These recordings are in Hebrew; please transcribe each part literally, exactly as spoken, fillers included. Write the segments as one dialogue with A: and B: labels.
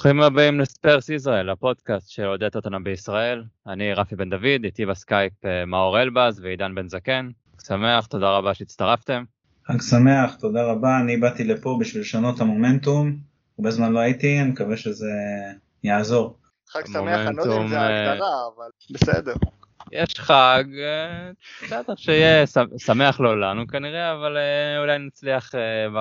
A: ברוכים הבאים לספרס ישראל, הפודקאסט של אוהדי טוטנהאם בישראל. אני רפי בן דוד, איתי בסקייפ מאור אלבז ועידן בן זקן. שמח, תודה רבה שהצטרפתם.
B: חג שמח, תודה רבה. אני באתי לפה בשביל לשנות את המומנטום, ובזמן לא הייתי, אני מקווה שזה יעזור.
C: חג שמח, אני לא יודע אם זה ההגדרה, אבל בסדר.
A: יש חג, בסדר שיהיה שמח לא לנו כנראה, אבל אולי נצליח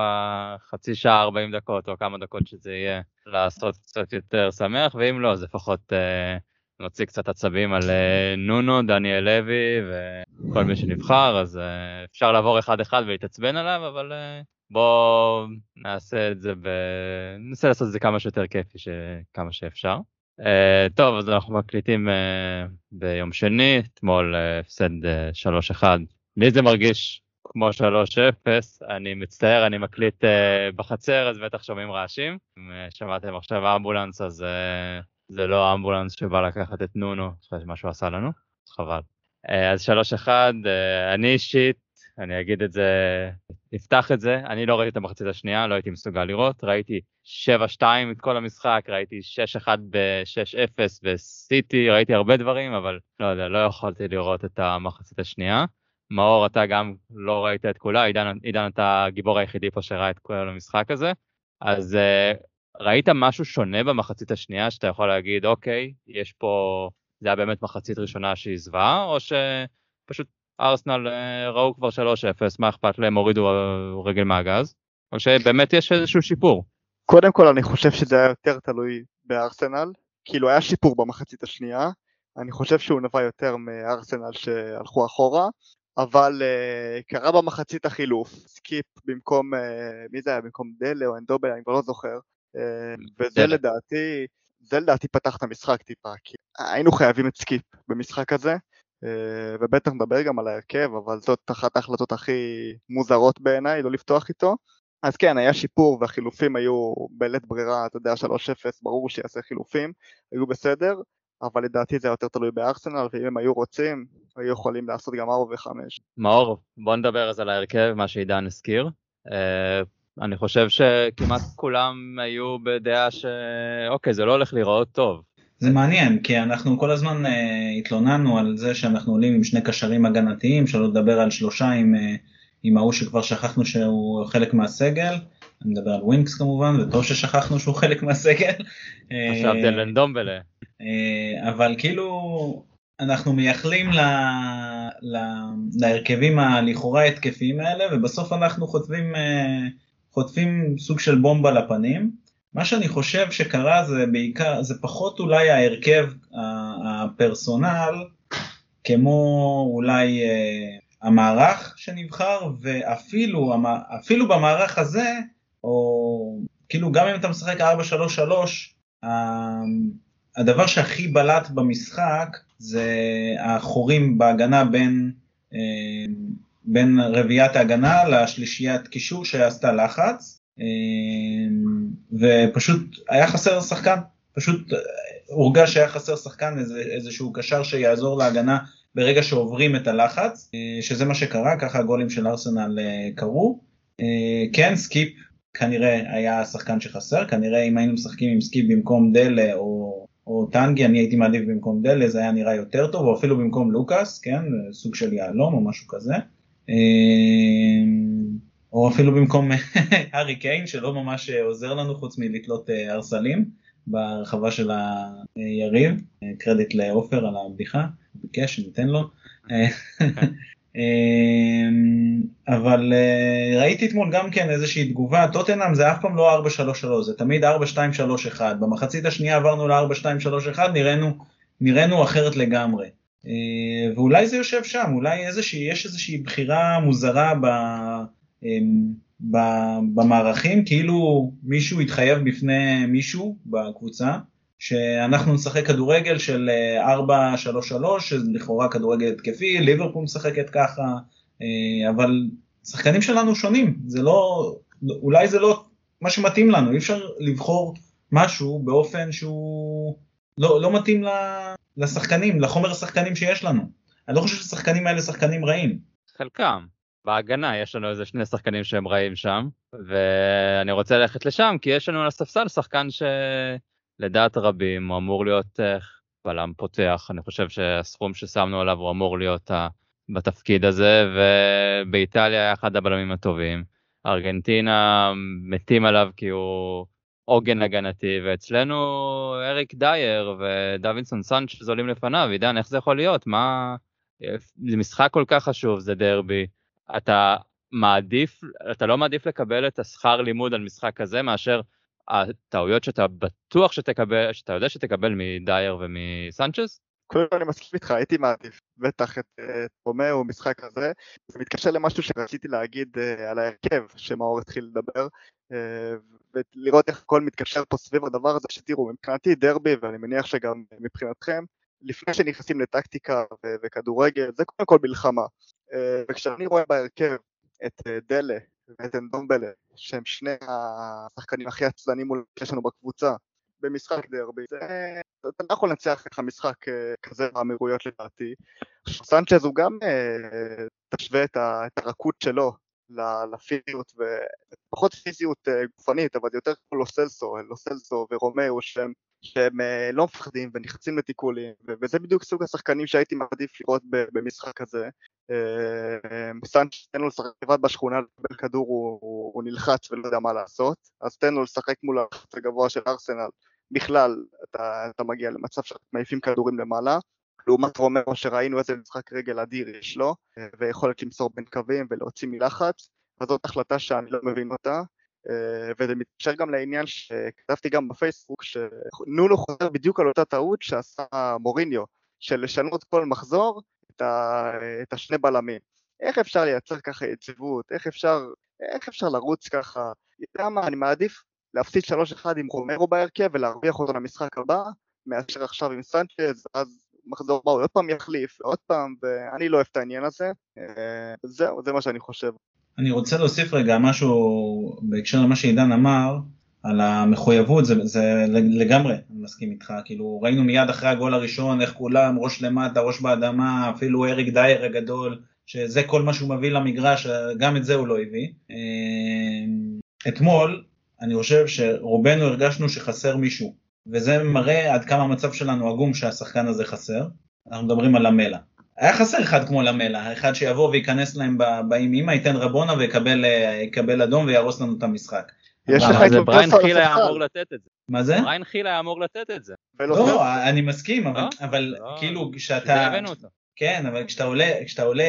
A: בחצי שעה ארבעים דקות או כמה דקות שזה יהיה לעשות קצת יותר שמח, ואם לא, אז לפחות נוציא קצת עצבים על נונו, דניאל לוי וכל מי שנבחר, אז אפשר לעבור אחד אחד ולהתעצבן עליו, אבל בואו נעשה את זה, ננסה לעשות את זה כמה שיותר כיפי, כמה שאפשר. Uh, טוב, אז אנחנו מקליטים uh, ביום שני, אתמול הפסד uh, שלוש אחד. לי זה מרגיש כמו שלוש אפס, אני מצטער, אני מקליט uh, בחצר, אז בטח שומעים רעשים. אם uh, שמעתם עכשיו אמבולנס, אז uh, זה לא אמבולנס שבא לקחת את נונו, מה שהוא עשה לנו, חבל. Uh, אז שלוש אחד, uh, אני אישית, אני אגיד את זה, נפתח את זה, אני לא ראיתי את המחצית השנייה, לא הייתי מסוגל לראות, ראיתי שבע שתיים את כל המשחק, ראיתי שש אחד ב-שש אפס בסיטי, ראיתי הרבה דברים, אבל לא יודע, לא יכולתי לראות את המחצית השנייה. מאור, אתה גם לא ראית את כולה, עידן, עידן אתה הגיבור היחידי פה שראה את כל המשחק הזה, אז uh, ראית משהו שונה במחצית השנייה, שאתה יכול להגיד, אוקיי, יש פה, זה היה באמת מחצית ראשונה שהיא זוועה, או שפשוט ארסנל ראו כבר שלוש אפס, מה אכפת להם, הורידו רגל מהגז, או שבאמת יש איזשהו שיפור?
C: קודם כל אני חושב שזה היה יותר תלוי בארסנל, כאילו היה שיפור במחצית השנייה, אני חושב שהוא נבע יותר מארסנל שהלכו אחורה, אבל uh, קרה במחצית החילוף, סקיפ במקום, uh, מי זה היה, במקום דלה או אנדובל, אני כבר לא זוכר, uh, וזה דלה. לדעתי, זה לדעתי פתח את המשחק טיפה, כי היינו חייבים את סקיפ במשחק הזה, ובטח נדבר גם על ההרכב, אבל זאת אחת ההחלטות הכי מוזרות בעיניי, לא לפתוח איתו. אז כן, היה שיפור והחילופים היו בלית ברירה, אתה יודע, שלוש אפס, ברור שיעשה חילופים, היו בסדר, אבל לדעתי זה יותר תלוי בארסנל, ואם הם היו רוצים, היו יכולים לעשות גם ארבע וחמש.
A: מאור, בוא נדבר אז על ההרכב, מה שעידן הזכיר. אני חושב שכמעט כולם היו בדעה שאוקיי, זה לא הולך לראות טוב.
B: זה מעניין, כי אנחנו כל הזמן uh, התלוננו על זה שאנחנו עולים עם שני קשרים הגנתיים, שלא לדבר על שלושה עם, uh, עם ההוא שכבר שכחנו שהוא חלק מהסגל, אני מדבר על ווינקס כמובן, וטוב ששכחנו שהוא חלק מהסגל.
A: חשבתי על אנדומבלה.
B: Uh, אבל כאילו אנחנו מייחלים ל, ל, להרכבים הלכאורה התקפיים האלה, ובסוף אנחנו חוטפים, uh, חוטפים סוג של בומבה לפנים. מה שאני חושב שקרה זה בעיקר, זה פחות אולי ההרכב הפרסונל, כמו אולי המערך שנבחר, ואפילו אפילו במערך הזה, או כאילו גם אם אתה משחק ארבע שלוש שלוש, הדבר שהכי בלט במשחק זה החורים בהגנה בין, בין רביעיית ההגנה לשלישיית קישור שעשתה לחץ, ופשוט היה חסר שחקן, פשוט הורגש שהיה חסר שחקן, איזה, איזשהו קשר שיעזור להגנה ברגע שעוברים את הלחץ, שזה מה שקרה, ככה הגולים של ארסנל קרו. כן, סקיפ כנראה היה השחקן שחסר, כנראה אם היינו משחקים עם סקיפ במקום דלה או, או טנגי, אני הייתי מעדיף במקום דלה, זה היה נראה יותר טוב, או אפילו במקום לוקאס, כן, סוג של יעלום או משהו כזה. או אפילו במקום הארי קיין, שלא ממש עוזר לנו חוץ מלתלות ארסלים ברחבה של היריב. קרדיט לאופר על הבדיחה, ביקש, ניתן לו. אבל ראיתי אתמול גם כן איזושהי תגובה, טוטנהאם זה אף פעם לא ארבע שלוש שלוש, זה תמיד ארבע שתיים שלוש אחת. במחצית השנייה עברנו ל-ארבע שתיים שלוש אחת, נראינו, נראינו אחרת לגמרי. ואולי זה יושב שם, אולי איזושהי, יש איזושהי בחירה מוזרה ב... במערכים, כאילו מישהו התחייב בפני מישהו בקבוצה שאנחנו נשחק כדורגל של ארבע שלוש שלוש, שזה לכאורה כדורגל התקפי, ליברפול משחקת ככה, אבל שחקנים שלנו שונים, זה לא, אולי זה לא מה שמתאים לנו, אי אפשר לבחור משהו באופן שהוא לא, לא מתאים לשחקנים, לחומר השחקנים שיש לנו. אני לא חושב ששחקנים האלה שחקנים רעים.
A: חלקם. בהגנה יש לנו איזה שני שחקנים שהם רעים שם, ואני רוצה ללכת לשם, כי יש לנו על הספסל שחקן ש... לדעת רבים הוא אמור להיות בלם פותח, אני חושב שהסכום ששמנו עליו הוא אמור להיות בתפקיד הזה, ובאיטליה היה אחד הבלמים הטובים, ארגנטינה מתים עליו כי הוא עוגן הגנתי, ואצלנו אריק דייר ודווינסון סנצ'ז עולים לפניו, עידן, איך זה יכול להיות? מה... זה משחק כל כך חשוב, זה דרבי, אתה מעדיף, אתה לא מעדיף לקבל את השכר לימוד על משחק כזה, מאשר הטעויות שאתה בטוח שתקבל, שאתה יודע שתקבל מדייר ומסנצ'ז?
C: קודם כל אני מסכים איתך, הייתי מעדיף בטח את רומאו משחק הזה. זה מתקשר למשהו שרציתי להגיד על ההרכב שמאור התחיל לדבר, ולראות איך הכל מתקשר פה סביב הדבר הזה. שתראו, מבחינתי דרבי, ואני מניח שגם מבחינתכם, לפני שנכנסים לטקטיקה וכדורגל, זה קודם כל מלחמה. וכשאני רואה בהרכב את דלה ואת אנדומבלה, שהם שני השחקנים הכי עצלנים שיש לנו בקבוצה, במשחק דרבי, אתה לא יכול לנצח לך משחק כזה באמירויות לדעתי. סנצ'ז הוא גם תשווה את הרכות שלו לפיזיות, ופחות פיזיות גופנית, אבל יותר כמו לוסלסו, לוסלסו ורומאו, שהם, שהם לא מפחדים ונחצים לתיקולים, וזה בדיוק סוג השחקנים שהייתי מעדיף לראות במשחק הזה. סנצ'ז תן לו לשחק לבד בשכונה, לקבל כדור הוא, הוא, הוא נלחץ ולא יודע מה לעשות, אז תן לו לשחק מול הלחץ הגבוה של ארסנל. בכלל אתה, אתה מגיע למצב שאתה מעיפים כדורים למעלה, לעומת רומאו שראינו איזה משחק רגל אדיר יש לו, ויכולת למסור בין קווים ולהוציא מלחץ, אז זאת החלטה שאני לא מבין אותה, וזה מתקשר גם לעניין שכתבתי גם בפייסבוק, שנונו חוזר בדיוק על אותה טעות שעשה מוריניו, של לשנות כל מחזור את, ה, את השני בלמים. איך אפשר לייצר ככה יציבות? איך אפשר, איך אפשר לרוץ ככה? יודע מה, אני מעדיף להפסיד שלוש אחד עם רומרו בהרכב ולהרוויח אותו למשחק הבא, מאשר עכשיו עם סנצ'ז, אז מחזור בא, הוא עוד פעם יחליף, עוד פעם, ואני לא אוהב את העניין הזה. זהו, זה מה שאני חושב.
B: אני רוצה להוסיף רגע משהו בהקשר למה שעידן אמר, על המחויבות, זה, זה לגמרי, אני מסכים איתך, כאילו ראינו מיד אחרי הגול הראשון, איך כולם, ראש למטה, ראש באדמה, אפילו אריק דייר הגדול, שזה כל מה שהוא מביא למגרש, גם את זה הוא לא הביא. אתמול, אני חושב שרובנו הרגשנו שחסר מישהו, וזה מראה עד כמה המצב שלנו עגום שהשחקן הזה חסר. אנחנו מדברים על למלה. היה חסר אחד כמו למלה, אחד שיבוא וייכנס להם באימא, ייתן רבונה ויקבל אדום וירוס לנו את המשחק.
A: יש לך את בריין חיל היה אמור לתת את זה.
B: מה זה?
A: בריין חיל היה אמור לתת את זה.
B: לא, אני מסכים, אבל כאילו כשאתה... כן, אבל כשאתה עולה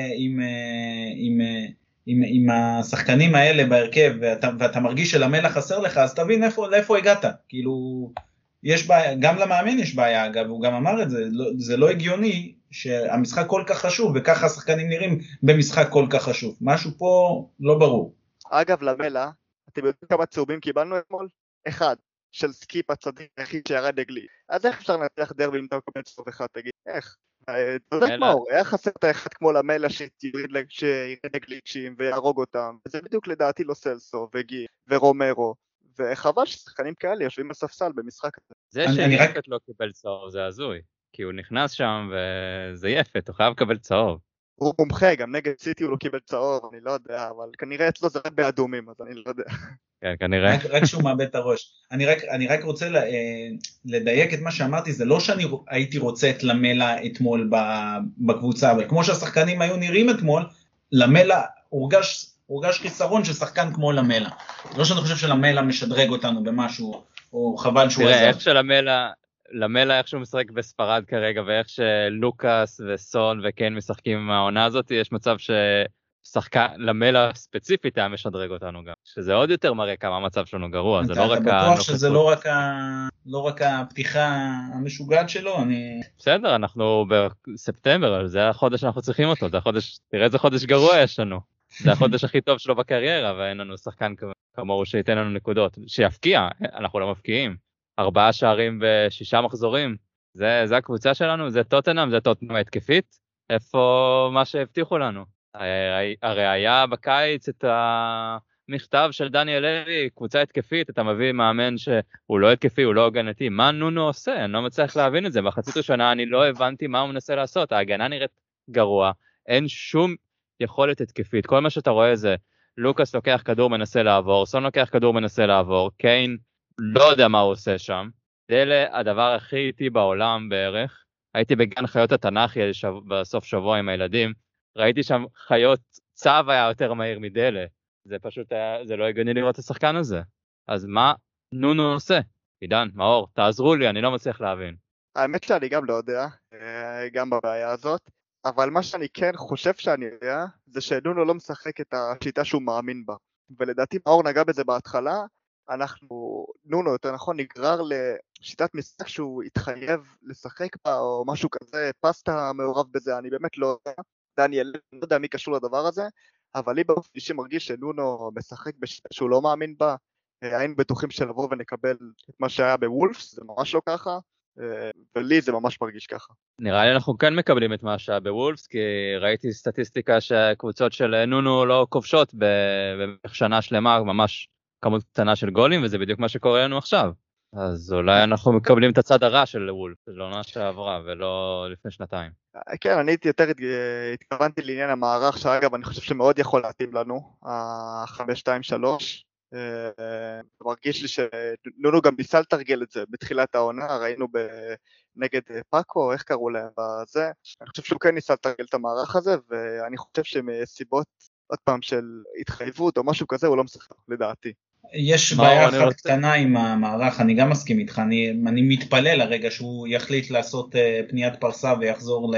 B: עם השחקנים האלה בהרכב, ואתה מרגיש שלמלה חסר לך, אז תבין לאיפה הגעת. כאילו, יש בעיה, גם למאמן יש בעיה, אגב, הוא גם אמר את זה, זה לא הגיוני שהמשחק כל כך חשוב, וככה השחקנים נראים במשחק כל כך חשוב. משהו פה לא ברור.
C: אגב, למלה, אתם יודעים כמה צהובים קיבלנו אתמול? אחד, של סקיפ הצדיק היחיד שירד דגלי. אז איך אפשר לנצח דרבי אם אתה מקבל צהוב אחד, תגיד? איך? אתה יודע מאור, היה חסר את האחד כמו למלה שירד דגליצ'ים ויהרוג אותם, וזה בדיוק לדעתי לא סלסו וגי ורומרו, וחבל ששחקנים כאלה יושבים בספסל במשחק הזה.
A: זה שיפת לא קיבל צהוב זה הזוי, כי הוא נכנס שם וזה יפת, הוא חייב לקבל צהוב.
C: הוא מומחה, גם נגד סיטי הוא לא קיבל צהוב, אני לא יודע, אבל כנראה אצלו זה רק באדומים, אז אני לא יודע.
A: כן, כנראה.
B: רק, רק שהוא מאבד את הראש. אני רק, אני רק רוצה לדייק את מה שאמרתי, זה לא שאני הייתי רוצה את למלה אתמול בקבוצה, אבל כמו שהשחקנים היו נראים אתמול, למלה הורגש, הורגש חיסרון של שחקן כמו למלה. לא שאני חושב שלמלה משדרג אותנו במשהו, או חבל שהוא עזר.
A: תראה, איך שלמלה... למלה איך שהוא משחק בספרד כרגע, ואיך שלוקאס וסון וכן משחקים עם העונה הזאת, יש מצב ששחקן, למלה ספציפית היה משדרג אותנו גם, שזה עוד יותר מראה כמה המצב שלנו גרוע, זה לא רק...
B: אתה בטוח שזה לא רק, ה... לא רק הפתיחה המשוגעת שלו? אני...
A: בסדר, אנחנו בספטמבר, זה החודש שאנחנו צריכים אותו, זה החודש, תראה איזה חודש גרוע יש לנו, זה החודש הכי טוב שלו בקריירה, ואין לנו שחקן כמוהו שייתן לנו נקודות, שיפקיע, אנחנו לא מפקיעים. ארבעה שערים בשישה מחזורים, זה, זה הקבוצה שלנו, זה טוטנהאם, זה טוטנהאם התקפית, איפה מה שהבטיחו לנו. הרי היה בקיץ את המכתב של דניאל לוי, קבוצה התקפית, אתה מביא מאמן שהוא לא התקפי, הוא לא הגנתי, מה נונו עושה? אני לא מצליח להבין את זה, בחצית ראשונה אני לא הבנתי מה הוא מנסה לעשות, ההגנה נראית גרוע, אין שום יכולת התקפית, כל מה שאתה רואה זה, לוקאס לוקח כדור מנסה לעבור, סון לוקח כדור מנסה לעבור, קיין, לא יודע מה הוא עושה שם, דלה, הדבר הכי איטי בעולם בערך, הייתי בגן חיות התנ"כי בסוף שבוע עם הילדים, ראיתי שם חיות, צב היה יותר מהיר מדלה, זה פשוט היה, זה לא הגיוני לראות את השחקן הזה. אז מה נונו עושה? עידן, מאור, תעזרו לי, אני לא מצליח להבין.
C: האמת שאני גם לא יודע, גם בבעיה הזאת, אבל מה שאני כן חושב שאני יודע, זה שנונו לא משחק את השיטה שהוא מאמין בה. ולדעתי מאור נגע בזה בהתחלה, אנחנו, נונו יותר נכון, נגרר לשיטת משחק שהוא התחייב לשחק בה, או משהו כזה, פסטה מעורב בזה, אני באמת לא יודע, דניאל, לא יודע מי קשור לדבר הזה, אבל לי באופן אישי מרגיש שנונו משחק בשיטה שהוא לא מאמין בה, היינו בטוחים שלבוא ונקבל את מה שהיה בוולפס, זה ממש לא ככה, ולי זה ממש מרגיש ככה.
A: נראה לי אנחנו כן מקבלים את מה שהיה בוולפס, כי ראיתי סטטיסטיקה שהקבוצות של נונו לא כובשות במשך שנה שלמה, ממש כמות קטנה של גולים, וזה בדיוק מה שקורה לנו עכשיו. אז אולי אנחנו מקבלים את הצד הרע של וולפס, לא עונה שעברה ולא לפני שנתיים.
C: כן, אני יותר התכוונתי לעניין המערך, שאגב אני חושב שמאוד יכול להתאים לנו, ה-חמש שתיים שלוש, מרגיש לי שנונו גם ניסה לתרגל את זה בתחילת העונה, ראינו נגד פאקו, איך קראו להם בזה, אני חושב שהוא כן ניסה לתרגל את המערך הזה, ואני חושב שמסיבות עוד פעם של התחייבות או משהו כזה, הוא לא משחק לדעתי.
B: יש בעיה אחת קטנה עם המערך, אני גם מסכים איתך, אני, אני מתפלל לרגע שהוא יחליט לעשות פניית פרסה ויחזור ל,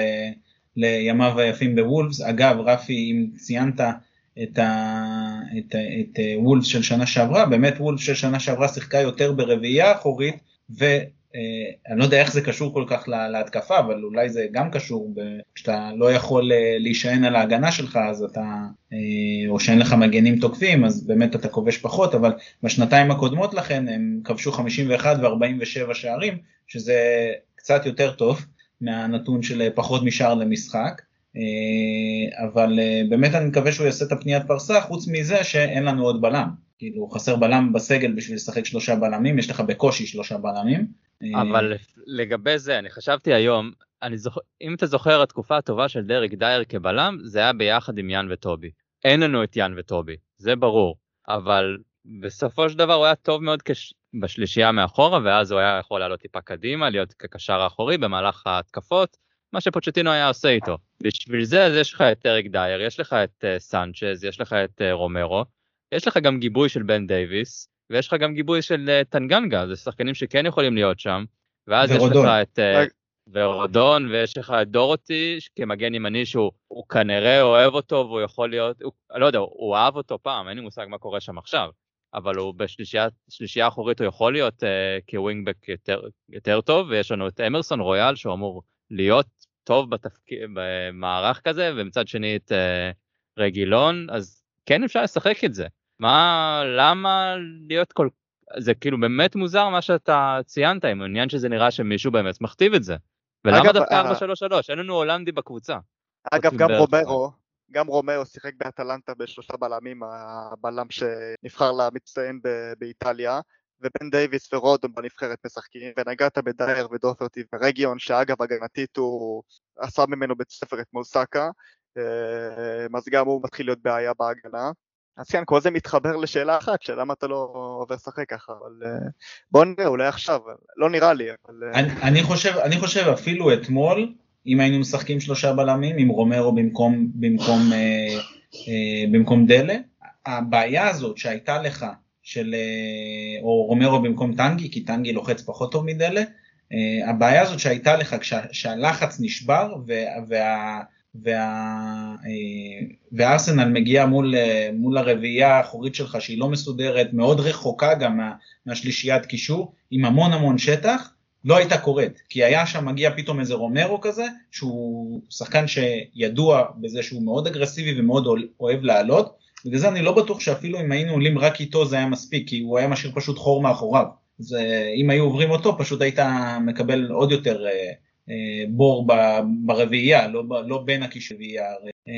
B: לימיו היפים בוולפס. אגב, רפי, אם ציינת את, ה, את, את וולפס של שנה שעברה, באמת וולפס של שנה שעברה שיחקה יותר ברביעייה אחורית, ואני לא יודע איך זה קשור כל כך להתקפה, אבל אולי זה גם קשור, כשאתה לא יכול להישען על ההגנה שלך, אז אתה, או שאין לך מגנים תוקפים, אז באמת אתה כובש פחות, אבל בשנתיים הקודמות לכן הם כבשו חמישים ואחת ו-ארבעים ושבע שערים, שזה קצת יותר טוב מהנתון של פחות משער למשחק, אבל באמת אני מקווה שהוא יעשה את הפניית פרסה, חוץ מזה שאין לנו עוד בלם, כאילו חסר בלם בסגל בשביל לשחק שלושה בלמים, יש לך בקושי שלושה בלמים.
A: אבל לגבי זה, אני חשבתי היום, אני זוכ... אם אתה זוכר התקופה הטובה של דרק דייר כבלם, זה היה ביחד עם יאן וטובי. אין לנו את יאן וטובי, זה ברור, אבל בסופו של דבר הוא היה טוב מאוד כש... בשלישייה מאחורה, ואז הוא היה יכול לעלות טיפה קדימה, להיות כקשר האחורי במהלך ההתקפות, מה שפוצ'טינו היה עושה איתו. בשביל זה, אז יש לך את דרק דייר, יש לך את uh, סנצ'ז, יש לך את uh, רומרו, יש לך גם גיבוי של בן דייביס, ויש לך גם גיבוי של uh, טנגנגה, זה שחקנים שכן יכולים להיות שם, ואז ורודון. יש לך את uh, ורודון, ויש לך את דורותי, כמגן ימני שהוא כנראה אוהב אותו, והוא יכול להיות, הוא, לא יודע, הוא אהב אותו פעם, אין לי מושג מה קורה שם עכשיו, אבל הוא בשלישייה האחורית הוא יכול להיות uh, כווינגבק יותר, יותר טוב, ויש לנו את אמרסון רויאל, שהוא אמור להיות טוב בתפק... במערך כזה, ומצד שני את uh, רגילון, אז כן אפשר לשחק את זה. מה, למה להיות כל... זה כאילו באמת מוזר מה שאתה ציינת, עם העניין שזה נראה שמישהו באמת מכתיב את זה. ולמה דווקא ארבע שלוש שלוש? אין לנו הולנדי בקבוצה.
C: אגב, גם רומרו, גם רומרו שיחק באטלנטה בשלושה בלמים, הבלם שנבחר למצטיין באיטליה, ובן דייביס ורודון בנבחרת משחקים, ונגעת בדייר ודופרטי ורגיון, שאגב הגנתית הוא עשה ממנו בית ספר את מולסקה, אז גם הוא מתחיל להיות בעיה בהגנה. אז כן, כל זה מתחבר לשאלה אחת, שלמה אתה לא עובר שחק ככה, אבל בוא נראה, אולי עכשיו, לא נראה לי. אבל...
B: אני, אני, חושב, אני חושב אפילו אתמול, אם היינו משחקים שלושה בלמים, עם רומרו במקום, במקום, אה, אה, במקום דלה, הבעיה הזאת שהייתה לך, של, או רומרו במקום טנגי, כי טנגי לוחץ פחות טוב מדלה, הבעיה הזאת שהייתה לך כשהלחץ נשבר, וה, וה, והארסנל מגיע מול, מול הרביעייה האחורית שלך, שהיא לא מסודרת, מאוד רחוקה גם מה, מהשלישיית קישור, עם המון המון שטח, לא הייתה קורית, כי היה שם מגיע פתאום איזה רומרו כזה, שהוא שחקן שידוע בזה שהוא מאוד אגרסיבי ומאוד אוהב לעלות, בגלל זה אני לא בטוח שאפילו אם היינו עולים רק איתו זה היה מספיק, כי הוא היה משאיר פשוט חור מאחוריו. אז אם היו עוברים אותו, פשוט היית מקבל עוד יותר אה, אה, בור ברביעייה, לא, לא בין הקישוריה. אה,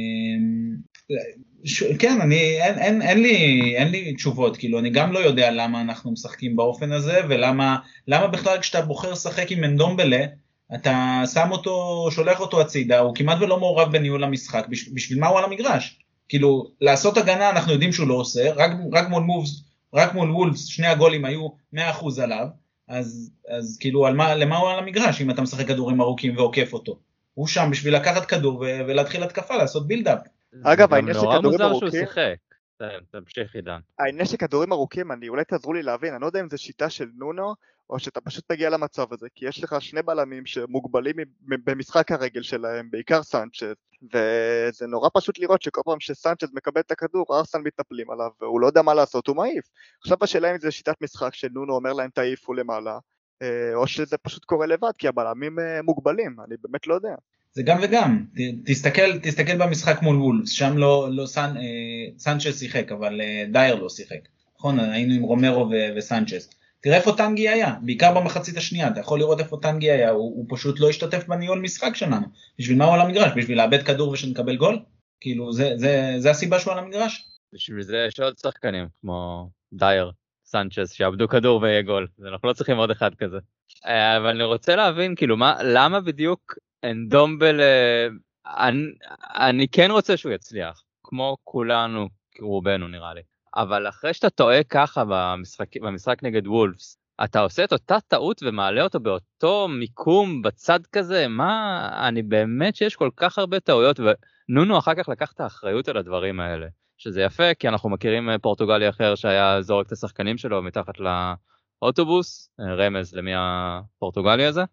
B: ש, כן, אני, אין, אין, אין, לי, אין לי תשובות, כאילו אני גם לא יודע למה אנחנו משחקים באופן הזה, ולמה למה בכלל כשאתה בוחר לשחק עם אנדומבלה, אתה שם אותו, שולח אותו הצידה, הוא כמעט ולא מעורב בניהול המשחק, בשביל מה הוא על המגרש? כאילו, לעשות הגנה אנחנו יודעים שהוא לא עושה, רק, רק מול מובס, רק מול וולפס, שני הגולים היו מאה אחוז עליו, אז, אז כאילו, על מה, למה הוא על המגרש, אם אתה משחק כדורים ארוכים ועוקף אותו? הוא שם בשביל לקחת כדור ו- ולהתחיל התקפה, לעשות בילדאפ.
C: אגב,
A: זה גם
C: העניין
A: נורא
C: שכדורים
A: מוזר שהוא
C: ארוכים,
A: שיחק. תמשיך עידן.
C: העניין שכדורים ארוכים, אני אולי תעזרו לי להבין, אני לא יודע אם זה שיטה של נונו, או שאתה פשוט מגיע למצב הזה, כי יש לך שני בלמים שמוגבלים במשחק הרגל שלהם, בעיקר סנצ'ז, וזה נורא פשוט לראות שכל פעם שסנצ'ז מקבל את הכדור, ארסנל מתנפלים עליו, והוא לא יודע מה לעשות, הוא מעיף. עכשיו השאלה אם זה שיטת משחק שנונו אומר להם תעיפו למעלה, או שזה פשוט קורה לבד, כי הבלמים מוגבלים, אני באמת לא יודע.
B: זה גם וגם, ת, תסתכל, תסתכל במשחק מול וולפס, שם לא, לא סנ, אה, סנצ'ס שיחק, אבל אה, דייר לא שיחק. נכון, היינו עם רומרו ו- וסנצ'ס. תראה איפה טנגי היה, בעיקר במחצית השנייה, אתה יכול לראות איפה טנגי היה, הוא, הוא פשוט לא השתתף בניהול משחק שלנו. בשביל מה הוא על המגרש? בשביל לאבד כדור ושנקבל גול? כאילו, זה, זה, זה הסיבה שהוא על המגרש?
A: בשביל זה יש עוד שחקנים, כמו דייר, סנצ'ס, שעבדו כדור ויהיה גול. אנחנו לא צריכים עוד אחד כזה. אה, אבל אני רוצה להבין, כאילו, מה, למה בדיוק אנדומבל, אה, אני, אני כן רוצה שהוא יצליח, כמו כולנו, רובנו נראה לי. אבל אחרי שאתה טועה ככה במשחק, במשחק נגד וולפס, אתה עושה את אותה טעות ומעלה אותו באותו מיקום בצד כזה, מה, אני באמת שיש כל כך הרבה טעויות, ונונו אחר כך לקח את האחריות על הדברים האלה. שזה יפה, כי אנחנו מכירים פורטוגלי אחר שהיה זורק את השחקנים שלו מתחת לאוטובוס, רמז למי הפורטוגלי הזה,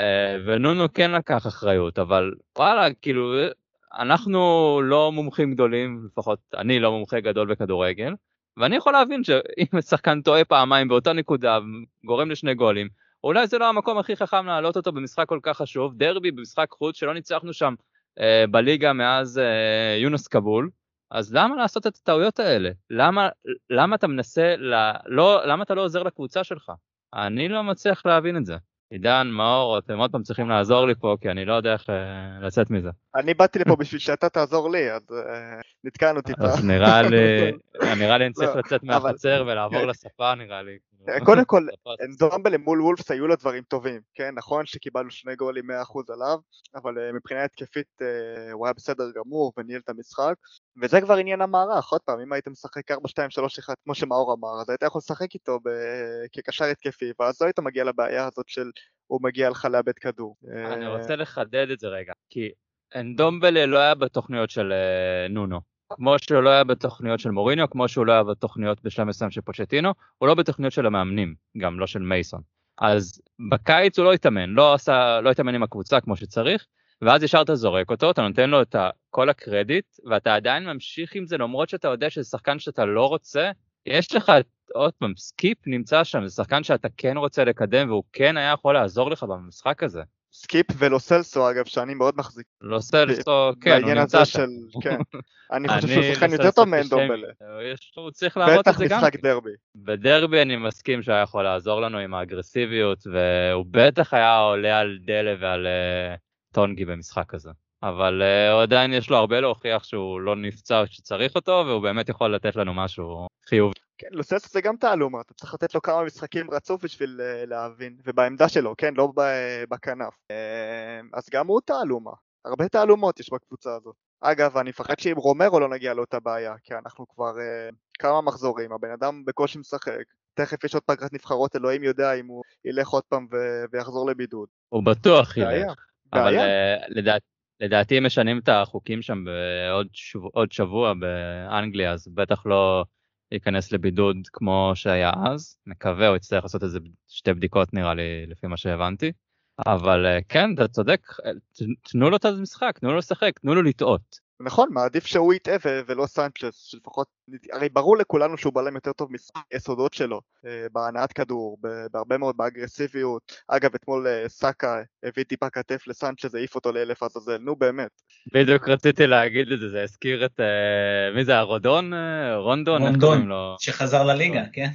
A: ונונו כן לקח אחריות, אבל וואלה, כאילו, אנחנו לא מומחים גדולים, לפחות אני לא מומחה גדול בכדורגל, ואני יכול להבין שאם שחקן טועה פעמיים באותה נקודה, גורם לשני גולים, אולי זה לא המקום הכי חכם להעלות אותו במשחק כל כך חשוב, דרבי במשחק חוץ שלא ניצחנו שם אה, בליגה מאז אה, יונס קבול, אז למה לעשות את הטעויות האלה? למה, למה אתה מנסה, ל... לא, למה אתה לא עוזר לקבוצה שלך? אני לא מצליח להבין את זה. עידן, מאור, אתם עוד פעם צריכים לעזור לי פה, כי אני לא יודע איך uh, לצאת מזה.
C: אני באתי לפה בשביל שאתה תעזור לי, אז uh, נתקענו טיפה.
A: אז נראה לי, נראה לי אני צריך
C: לא,
A: לצאת
C: אבל-
A: מהחצר ולעבור לספה, נראה לי.
C: קודם כל,
A: ספה.
C: אנדומבל מול וולפס היו לו דברים טובים, כן, נכון שקיבלנו שני גולים מאה אחוז עליו, אבל uh, מבחינה התקפית uh, הוא היה בסדר גמור וניהל את המשחק, וזה כבר עניין המערך, עוד פעם, אם הייתם משחק ארבע שתיים שלוש אחת כמו שמאור אמר, אז היית יכול לשחק איתו ב- כקשר התקפי, ואז לא היית מגיע לבעיה הזאת של הוא מגיע לך לאבד כדור.
A: אני
C: אה,
A: רוצה לחדד את זה רגע, כי אנדומבלה לא היה בתוכניות של uh, נונו, כמו שהוא לא היה בתוכניות של מוריניו, כמו שהוא לא היה בתוכניות בשלב מסוים של פוצ'טינו, הוא לא בתוכניות של המאמנים, גם לא של מייסון. אז בקיץ הוא לא התאמן, לא עשה, לא התאמן עם הקבוצה כמו שצריך, ואז ישר אתה זורק אותו, אתה נותן לו את כל הקרדיט, ואתה עדיין ממשיך עם זה, למרות שאתה יודע שזה שחקן שאתה לא רוצה, יש לך עוד פעם, סקיפ נמצא שם, זה שחקן שאתה כן רוצה לקדם, והוא כן היה יכול לעזור לך במשחק הזה.
C: סקיפ ולא סלסו אגב, שאני מאוד מחזיק.
A: לא סלסו, כן, הוא
C: בעניין
A: נמצא
C: הזה
A: שם.
C: של, כן. אני חושב
A: אני
C: שהוא שחקן יותר
A: לסלסו
C: טוב
A: כשמי.
C: מאנדומבלה.
A: יש- הוא צריך להראות את
C: בטח
A: זה גם.
C: משחק דרבי.
A: בדרבי אני מסכים שהיה יכול לעזור לנו עם האגרסיביות, והוא בטח היה עולה על דלה ועל uh, טונגי במשחק הזה. אבל uh, הוא עדיין יש לו הרבה להוכיח שהוא לא נפצע שצריך אותו, והוא באמת יכול לתת לנו משהו חיובי.
C: כן, לוסלסו זה גם תעלומה, אתה צריך לתת לו כמה משחקים רצוף בשביל uh, להבין, ובעמדה שלו, כן, לא ב- בכנף. Uh, אז גם הוא תעלומה, הרבה תעלומות יש בקבוצה הזאת. אגב, אני מפחד שאם רומרו לא נגיע לאותה בעיה, כי אנחנו כבר uh, כמה מחזורים, הבן אדם בקושי משחק, תכף יש עוד פגרת נבחרות, אלוהים יודע אם הוא ילך עוד פעם ו- ויחזור לבידוד.
A: הוא בטוח
C: בעיה,
A: ילך. אבל
C: בעיה.
A: uh, לדעת, לדעתי הם משנים את החוקים שם בעוד שבוע, עוד שבוע באנגליה, אז בטח לא ייכנס לבידוד כמו שהיה אז. מקווה, הוא יצטרך לעשות איזה שתי בדיקות נראה לי, לפי מה שהבנתי. אבל uh, כן, אתה צודק, ת- תנו לו את המשחק, תנו לו לשחק, תנו לו לטעות.
C: נכון, מעדיף שהוא יטעה ו- ולא סנצ'ס, שלפחות, הרי ברור לכולנו שהוא בלם יותר טוב מיסודות שלו, אה, בהנעת כדור, ב- בהרבה מאוד באגרסיביות. אגב, אתמול אה, סאקה הביא טיפה כתף לסנצ'ס, העיף אותו לאלף עזאזל, נו באמת.
A: בדיוק רציתי להגיד את זה, זה הזכיר את, uh, מי זה, הרודון? Uh, רונדון? איך
B: רונדון,
A: קוראים לו?
B: שחזר לליגה, כן?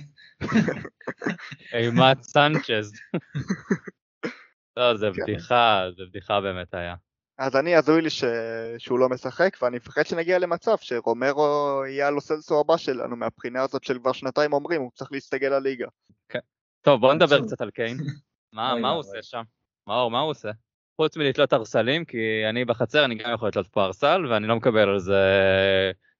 A: אימת סנצ'ז. לא, זה
C: כן.
A: בדיחה, זה בדיחה באמת היה.
C: אז אני הזוי לי ש... שהוא לא משחק, ואני מפחד שנגיע למצב שרומרו יהיה הלוסלסו הבא שלנו, מהבחינה הזאת של כבר שנתיים אומרים, הוא צריך להסתגל לליגה.
A: טוב, בוא נדבר
B: עצוב.
A: קצת על קיין. מה
B: אוי
A: מה הוא
B: ואבוי.
A: עושה שם? מאור, מה הוא עושה? חוץ מלתלות ארסלים, כי אני בחצר, אני גם יכול לתלות פה ארסל, ואני לא מקבל על זה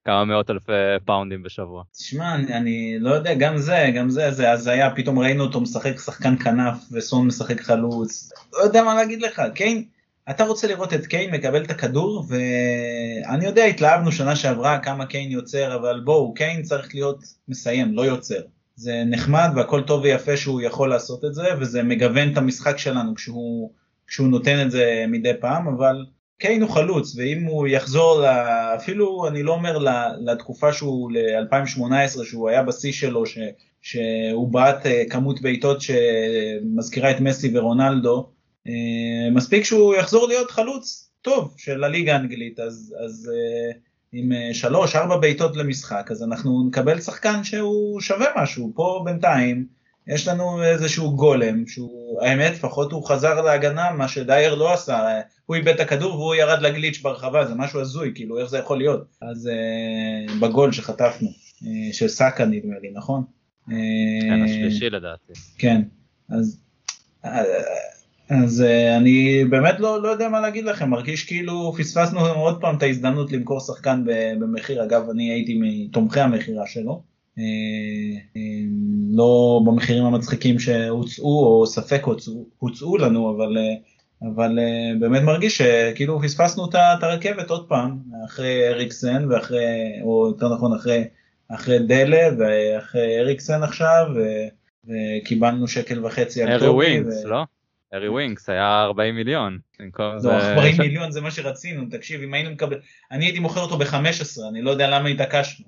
A: כמה מאות אלפי פאונדים בשבוע.
B: תשמע, אני, אני לא יודע, גם זה, גם זה, זה, אז היה, פתאום ראינו אותו משחק שחקן כנף, וסון משחק חלוץ, לא יודע מה להגיד לך, קיין, אתה רוצה לראות את קיין מקבל את הכדור, ואני יודע, התלהבנו שנה שעברה כמה קיין יוצר, אבל בואו, קיין צריך להיות מסיים, לא יוצר. זה נחמד והכל טוב ויפה שהוא יכול לעשות את זה, וזה מגוון את המשחק שלנו כשהוא, כשהוא נותן את זה מדי פעם, אבל קיין הוא חלוץ, ואם הוא יחזור, אפילו אני לא אומר לתקופה שהוא ל-אלפיים שמונה עשרה, שהוא היה בשיא שלו, ש, שהוא בעט כמות בעיטות שמזכירה את מסי ורונלדו, מספיק שהוא יחזור להיות חלוץ טוב של הליגה האנגלית, אז, אז עם שלוש, ארבע בעיטות למשחק, אז אנחנו נקבל שחקן שהוא שווה משהו. פה בינתיים יש לנו איזשהו גולם, שהוא, האמת, לפחות הוא חזר להגנה, מה שדייר לא עשה, הוא איבד את הכדור והוא ירד לגליץ' ברחבה, זה משהו הזוי, כאילו, איך זה יכול להיות? אז אה, בגול שחטפנו, אה, של סאקה נדמה לי, נכון?
A: כן, השלישי לדעתי.
B: כן, אז... אה, אז uh, אני באמת לא, לא יודע מה להגיד לכם, מרגיש כאילו פספסנו עוד פעם את ההזדמנות למכור שחקן במחיר, אגב אני הייתי מתומכי המחירה שלו, uh, uh, לא במחירים המצחיקים שהוצאו או ספק הוצאו, הוצאו לנו, אבל, uh, אבל uh, באמת מרגיש שכאילו פספסנו את הרכבת עוד פעם, אחרי אריקסן, ואחרי, או יותר נכון אחרי, אחרי דלה ואחרי אריקסן עכשיו, ו, וקיבלנו שקל וחצי על
A: טובי. ארי ווינגס,
B: ו...
A: לא? ארי ווינגס היה ארבעים מיליון.
B: לא, ארבעים מיליון זה מה שרצינו, תקשיב, אם היינו מקבל, אני הייתי מוכר אותו ב-חמש עשרה, אני לא יודע למה התעקשנו.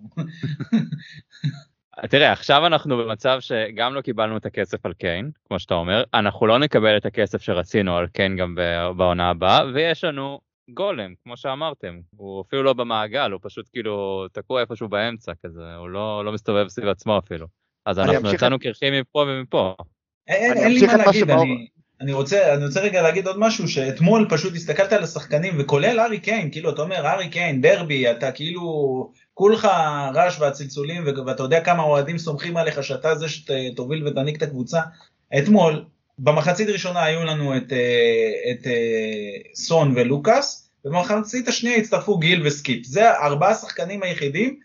A: תראה, עכשיו אנחנו במצב שגם לא קיבלנו את הכסף על קיין, כמו שאתה אומר, אנחנו לא נקבל את הכסף שרצינו על קיין גם בעונה הבאה, ויש לנו גולם, כמו שאמרתם, הוא אפילו לא במעגל, הוא פשוט כאילו תקוע איפשהו באמצע כזה, הוא לא, לא מסתובב סביב עצמו אפילו. אז אנחנו יצאנו קרחים מפה ומפה.
B: אין לי מה להגיד, אני... אני רוצה, אני רוצה רגע להגיד עוד משהו, שאתמול פשוט הסתכלת על השחקנים, וכולל ארי קיין, כאילו אתה אומר, ארי קיין, דרבי, אתה כאילו, כולך רעש והצלצולים, ואתה יודע כמה אוהדים סומכים עליך, שאתה זה שתוביל ותעניק את הקבוצה. אתמול, במחצית ראשונה היו לנו את, את סון ולוקאס, ובמחצית השנייה הצטרפו גיל וסקיפ. זה ארבעה השחקנים היחידים,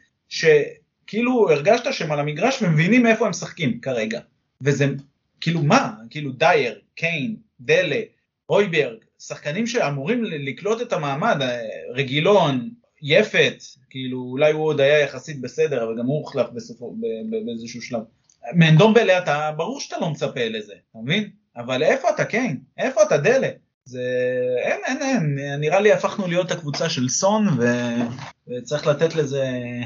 B: שכאילו הרגשת שהם על המגרש, ומבינים איפה הם שחקים כרגע. וזה... כאילו מה? כאילו דייר, קיין, דלה, אויברג, שחקנים שאמורים לקלוט את המעמד, רגילון, יפת, כאילו אולי הוא עוד היה יחסית בסדר, אבל גם הוא הוחלף בסופו, באיזשהו שלב. מאנדומבלה, אתה, ברור שאתה לא מצפה לזה, אתה מבין? אבל איפה אתה קיין? איפה אתה דלה? זה, אין, אין, אין, נראה לי הפכנו להיות הקבוצה של סון, ו... וצריך לתת לזה,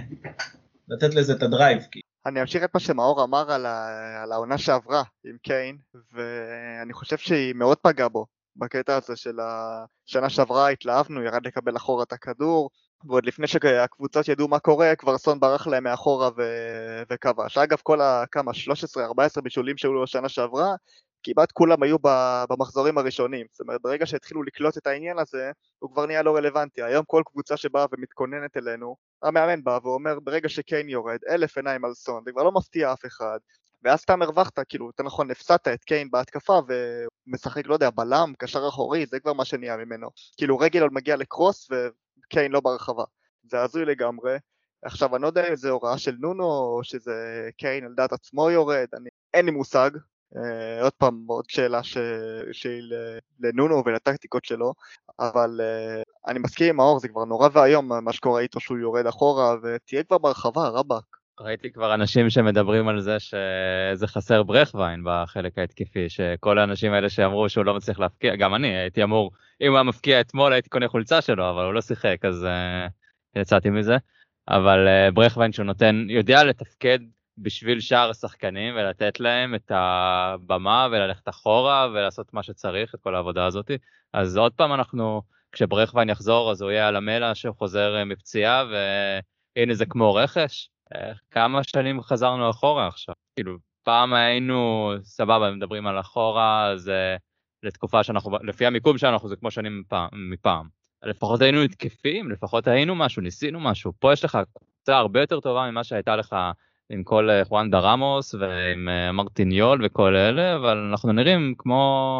B: לתת לזה את הדרייב, כי...
C: אני אמשיך את מה שמאור אמר על, ה... על העונה שעברה עם קיין, ואני חושב שהיא מאוד פגעה בו, בקטע הזה של השנה שעברה התלהבנו, ירד לקבל אחורה את הכדור, ועוד לפני שהקבוצות ידעו מה קורה, כבר סון ברח להם מאחורה ו... וכבש. אגב, כל הכמה, שלוש עשרה ארבע עשרה בישולים שהיו לו בשנה שעברה, כמעט כולם היו במחזורים הראשונים, זאת אומרת, ברגע שהתחילו לקלוט את העניין הזה, הוא כבר נהיה לא רלוונטי. היום כל קבוצה שבאה ומתכוננת אלינו, המאמן בא ואומר, ברגע שקיין יורד, אלף עיניים על סון, זה כבר לא מפתיע אף אחד, ואז סתם הרווחת, כאילו, אתה נכון, הפסדת את קיין בהתקפה, ומשחק, לא יודע, בלם, קשר אחורי, זה כבר מה שנהיה ממנו. כאילו, רגל מגיע לקרוס, וקיין לא ברחבה. זה הזוי לגמרי. עכשיו, אני לא יודע אם זה הוראה של נונו, או שזה קיין על דעת עצמו יורד, אני... אין לי מושג. Uh, עוד פעם, עוד שאלה ש... שהיא לנונו ולטקטיקות שלו, אבל uh, אני מסכים עם האור, זה כבר נורא והיום מה שקורה איתו שהוא יורד אחורה, ותהיה כבר ברחבה, רבק.
A: ראיתי כבר אנשים שמדברים על זה שזה חסר ברכווין בחלק ההתקפי, שכל האנשים האלה שאמרו שהוא לא מצליח להפקיע, גם אני הייתי אמור, אם הוא היה מפקיע אתמול הייתי קונה חולצה שלו, אבל הוא לא שיחק, אז uh, יצאתי מזה. אבל uh, ברכווין שהוא נותן, יודע לתפקד, בשביל שאר השחקנים ולתת להם את הבמה וללכת אחורה ולעשות מה שצריך, את כל העבודה הזאת. אז עוד פעם אנחנו, כשברכווין יחזור, אז הוא יהיה על המלע שחוזר מפציעה, והנה זה כמו רכש. כמה שנים חזרנו אחורה עכשיו? כאילו, פעם היינו, סבבה, מדברים על אחורה, אז לתקופה שאנחנו, לפי המיקום שאנחנו, זה כמו שנים מפעם. מפעם. לפחות היינו התקפים, לפחות היינו משהו, ניסינו משהו. פה יש לך קבוצה הרבה יותר טובה ממה שהייתה לך, עם כל חואן דה רמוס ועם מרטיניול וכל אלה, אבל אנחנו נראים כמו,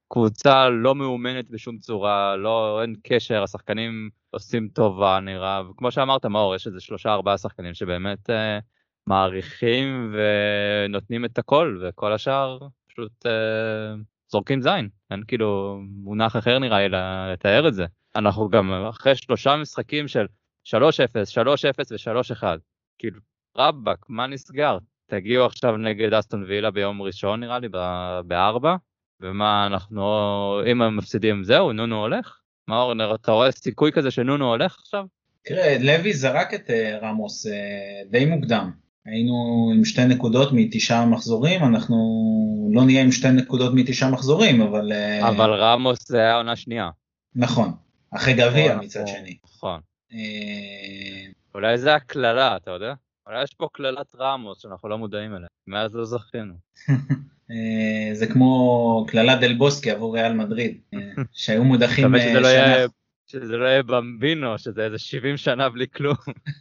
A: קבוצה לא מאומנת בשום צורה, לא, אין קשר, השחקנים עושים טובה נראה, וכמו שאמרת מאור, יש איזה שלושה ארבעה שחקנים שבאמת אה, מעריכים ונותנים את הכל, וכל השאר פשוט אה, זורקים זין, אין כאילו מונח אחר נראה לי לתאר את זה. אנחנו גם אחרי שלושה משחקים של שלוש אפס, שלוש אפס ו-שלוש אחד, כאילו רבק, מה נסגר? תגיעו עכשיו נגד אסטון וילה ביום ראשון נראה לי, בארבע, ומה אנחנו, אם הם מפסידים זהו, נונו הולך? מה אורנר, אתה רואה סיכוי כזה שנונו הולך עכשיו?
B: תראה, לוי זרק את רמוס די מוקדם, היינו עם שתי נקודות מתשעה מחזורים, אנחנו לא נהיה עם שתי נקודות מתשעה מחזורים, אבל...
A: אבל רמוס זה היה עונה שנייה.
B: נכון, אחרי גביע מצד שני.
A: נכון. אולי זה הכללה, אתה יודע? אולי יש פה כללת רמוס שאנחנו לא מודעים אליה, מאז לא זכינו.
B: זה כמו כללת דל בוסקי עבור ריאל מדריד, שהיו מודחים
A: שנה. שזה לא יהיה במבינו, שזה איזה שבעים שנה בלי כלום.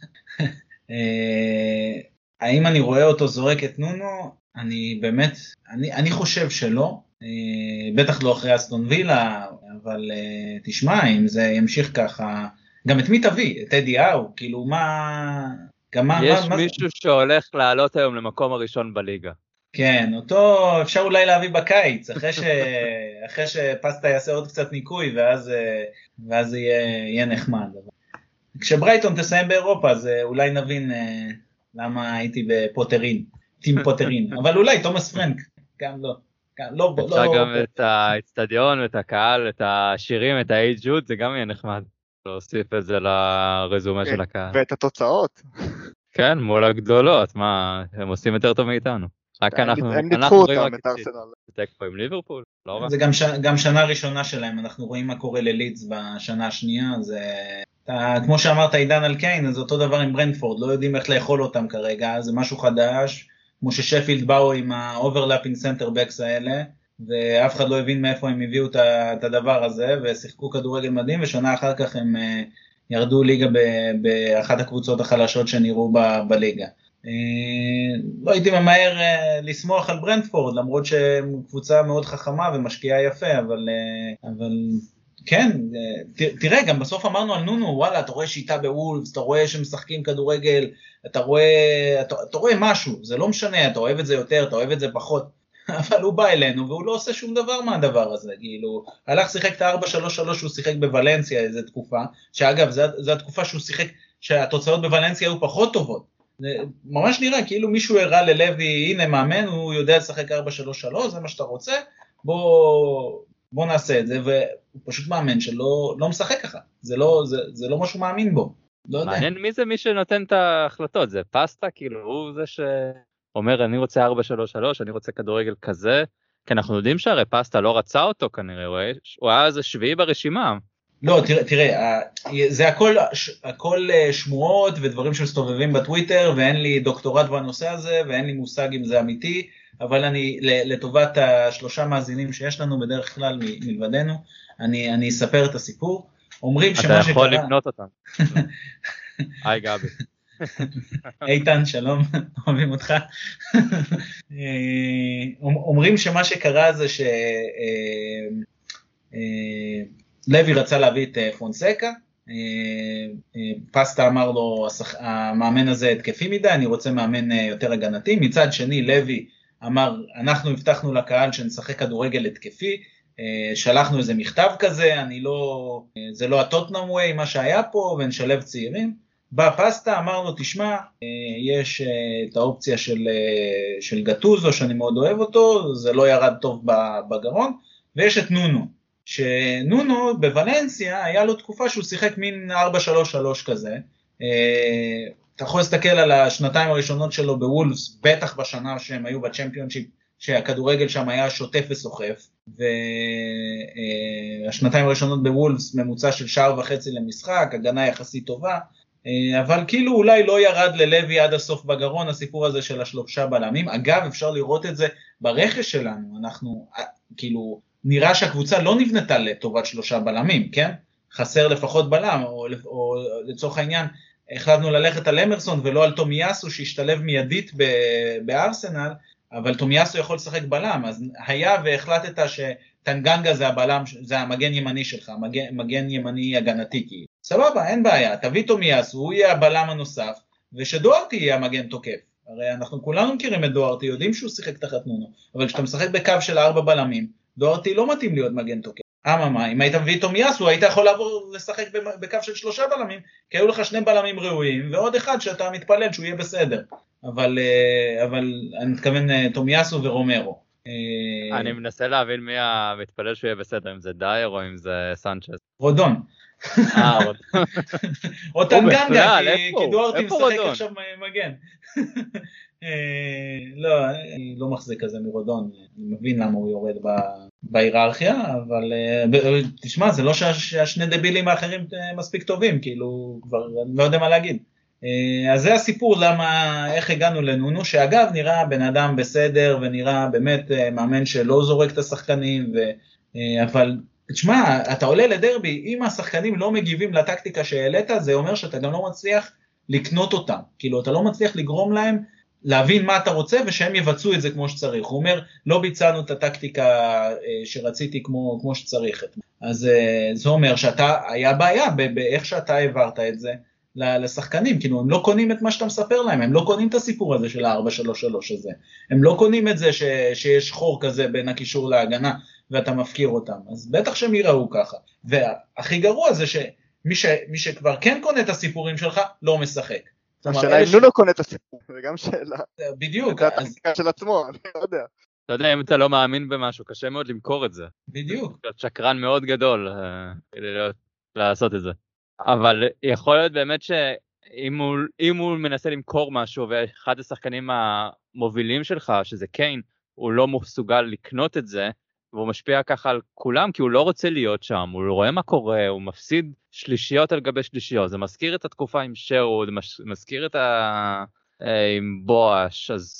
B: האם אני רואה אותו זורק את נונו? אני באמת, אני, אני חושב שלא, בטח לא אחרי אסטון וילה, אבל תשמע, אם זה ימשיך ככה, גם את מי תביא? את אדי האו, כאילו מה... מה,
A: יש
B: מה,
A: מישהו
B: מה...
A: שהולך לעלות היום למקום הראשון בליגה.
B: כן, אותו אפשר אולי להביא בקיץ, אחרי, ש... אחרי שפסטה יעשה עוד קצת ניקוי, ואז, ואז יהיה, יהיה נחמד. כשברייטון תסיים באירופה, אז אולי נבין למה הייתי בפוטרין, טים פוטרין, אבל אולי תומאס פרנק, גם לא. לא,
A: אפשר
B: לא,
A: גם
B: לא...
A: את האצטדיון, את הקהל, את השירים, את האייג'וד, זה גם יהיה נחמד. להוסיף את זה לרזומה של הקהל.
C: ואת התוצאות.
A: כן, מול הגדולות, מה, הם עושים יותר טוב מאיתנו. רק אנחנו,
C: הם ניצחו אותם את ארסנל.
A: תקפו עם ליברפול, לא רע.
B: זה גם, ש... גם שנה ראשונה שלהם, אנחנו רואים מה קורה ללידס בשנה השנייה, זה... אתה, כמו שאמרת עידן על קיין, אז אותו דבר עם ברנדפורד, לא יודעים איך לאכול אותם כרגע, זה משהו חדש, כמו ששפילד באו עם האוברלאפינג סנטר בקס האלה, ואף אחד לא הבין מאיפה הם הביאו את הדבר הזה, ושיחקו כדורגל מדהים, ושנה אחר כך הם ירדו ליגה באחת הקבוצות החלשות שנראו בליגה. לא הייתי ממהר לסמוך על ברנדפורד, למרות שהם קבוצה מאוד חכמה ומשקיעה יפה, אבל, אבל כן, תראה, גם בסוף אמרנו על נונו, וואלה, אתה רואה שיטה בוולפס, אתה רואה שמשחקים כדורגל, אתה רואה, אתה, אתה רואה משהו, זה לא משנה, אתה אוהב את זה יותר, אתה אוהב את זה פחות, אבל הוא בא אלינו והוא לא עושה שום דבר מהדבר הזה, כאילו, הלך שיחק את ה-ארבע שלוש שלוש שהוא שיחק בוולנסיה איזו תקופה, שאגב, זו התקופה שהוא שיחק, שהתוצאות בוולנסיה היו פחות טובות, זה ממש נראה כאילו מישהו הראה ללוי, הנה מאמן, הוא יודע לשחק ארבע שלוש שלוש, זה מה שאתה רוצה, בוא, בוא נעשה את זה, והוא פשוט מאמן שלא לא משחק ככה, זה לא, זה, זה לא משהו מאמין בו, לא יודע.
A: מעניין מי זה מי שנותן את ההחלטות, זה פסטה, כאילו הוא זה ש... אומר, אני רוצה ארבע שלוש שלוש, אני רוצה כדורגל כזה, כי אנחנו יודעים שהרי פסטה לא רצה אותו כנראה, הוא היה איזה שביעי ברשימה.
B: לא, תראה, תראה, זה הכל, הכל שמועות ודברים שמסתובבים בטוויטר, ואין לי דוקטורט בנושא הזה, ואין לי מושג אם זה אמיתי, אבל אני, לטובת השלושה מאזינים שיש לנו בדרך כלל מלבדנו, אני, אני אספר את הסיפור. אומרים שמה שקרה...
A: אתה יכול לבנות אותם. היי גבי.
B: איתן, שלום, אוהבים אותך. אומרים שמה שקרה זה שלוי רצה להביא את פונסקה, פסטה אמר לו, המאמן הזה התקפי מדי, אני רוצה מאמן יותר הגנתי, מצד שני לוי אמר, אנחנו הבטחנו לקהל שנשחק כדורגל התקפי, שלחנו איזה מכתב כזה, אני לא, זה לא הטוטנהאם ווי, מה שהיה פה, ונשלב צעירים, בא פסטה, אמר לו, תשמע, יש את האופציה של, של גטוזו, שאני מאוד אוהב אותו, זה לא ירד טוב בגרון, ויש את נונו, שנונו בוולנסיה, היה לו תקופה שהוא שיחק מין ארבע שלוש שלוש כזה, אתה יכול להסתכל על השנתיים הראשונות שלו בוולפס, בטח בשנה שהם היו בצ'מפיונשיפ, שהכדורגל שם היה שוטף וסוחף, והשנתיים הראשונות בוולפס ממוצע של שער וחצי למשחק, הגנה יחסית טובה, אבל כאילו אולי לא ירד ללוי עד הסוף בגרון, הסיפור הזה של השלושה בלמים. אגב, אפשר לראות את זה ברכש שלנו, אנחנו, כאילו, נראה שהקבוצה לא נבנתה לטובת שלושה בלמים, כן? חסר לפחות בלם, או, או לצורך העניין, החלטנו ללכת על אמרסון ולא על תומיאסו, שהשתלב מיידית בארסנל, אבל תומיאסו יכול לשחק בלם, אז היה והחלטת שטנגנגה זה הבלם, זה המגן ימני שלך, מגן, מגן ימני הגנתי, כי סבבה, אין בעיה, תביא תומיאסו, הוא יהיה הבלם הנוסף, ושדוארטי יהיה המגן תוקף. הרי אנחנו כולנו מכירים את דוארטי, יודעים שהוא שיחק תחת נונו, אבל כשאתה משחק בקו של ארבע בלמים, דוארטי לא מתאים להיות מגן תוקף. אממה, אם היית מביא תומיאסו, היית יכול לעבור לשחק בקו של שלושה בלמים, כי היו לך שני בלמים ראויים, ועוד אחד שאתה מתפלל שהוא יהיה בסדר. אבל, אבל אני מתכוון תומיאסו ורומרו.
A: אני מנסה להבין מי המתפלל שהוא יהיה בסדר, אם זה דייר או אם זה סנצ'ס.
B: רודון.
A: אה, רודון.
B: או טנגנגה, כי דוארטי משחק עכשיו מגן. לא, אני לא מחזיק כזה מרודון, אני מבין למה הוא יורד בהיררכיה, אבל תשמע, זה לא שהשני דבילים האחרים מספיק טובים, כאילו, כבר לא יודע מה להגיד. אז זה הסיפור למה, איך הגענו לנונו, שאגב נראה בן אדם בסדר, ונראה באמת מאמן שלא זורק את השחקנים, ו... אבל תשמע, אתה עולה לדרבי, אם השחקנים לא מגיבים לטקטיקה שהעלית, זה אומר שאתה גם לא מצליח לקנות אותם, כאילו אתה לא מצליח לגרום להם, להבין מה אתה רוצה ושהם יבצעו את זה כמו שצריך. הוא אומר, לא ביצענו את הטקטיקה שרציתי כמו, כמו שצריך. אז זה אומר שאתה, היה בעיה באיך שאתה העברת את זה לשחקנים, כאילו הם לא קונים את מה שאתה מספר להם, הם לא קונים את הסיפור הזה של ה-ארבע שלוש שלוש הזה, הם לא קונים את זה ש, שיש חור כזה בין הקישור להגנה ואתה מפקיר אותם, אז בטח שהם יראו ככה. והכי גרוע זה שמי ש, מי שכבר כן קונה את הסיפורים שלך, לא משחק.
C: השאלה אם נונו קונה את הסיפור, זה גם שאלה.
B: בדיוק.
C: זה התחקה של עצמו, אני לא יודע.
A: אתה יודע, אם אתה לא מאמין במשהו, קשה מאוד למכור את זה.
B: בדיוק.
A: אתה שקרן מאוד גדול כדי לעשות את זה. אבל יכול להיות באמת שאם הוא, אם הוא מנסה למכור משהו, ואחד השחקנים המובילים שלך, שזה קיין, הוא לא מסוגל לקנות את זה, והוא משפיע ככה על כולם, כי הוא לא רוצה להיות שם, הוא רואה מה קורה, הוא מפסיד שלישיות על גבי שלישיות, זה מזכיר את התקופה עם שרוד, מזכיר את ה... עם בואש, אז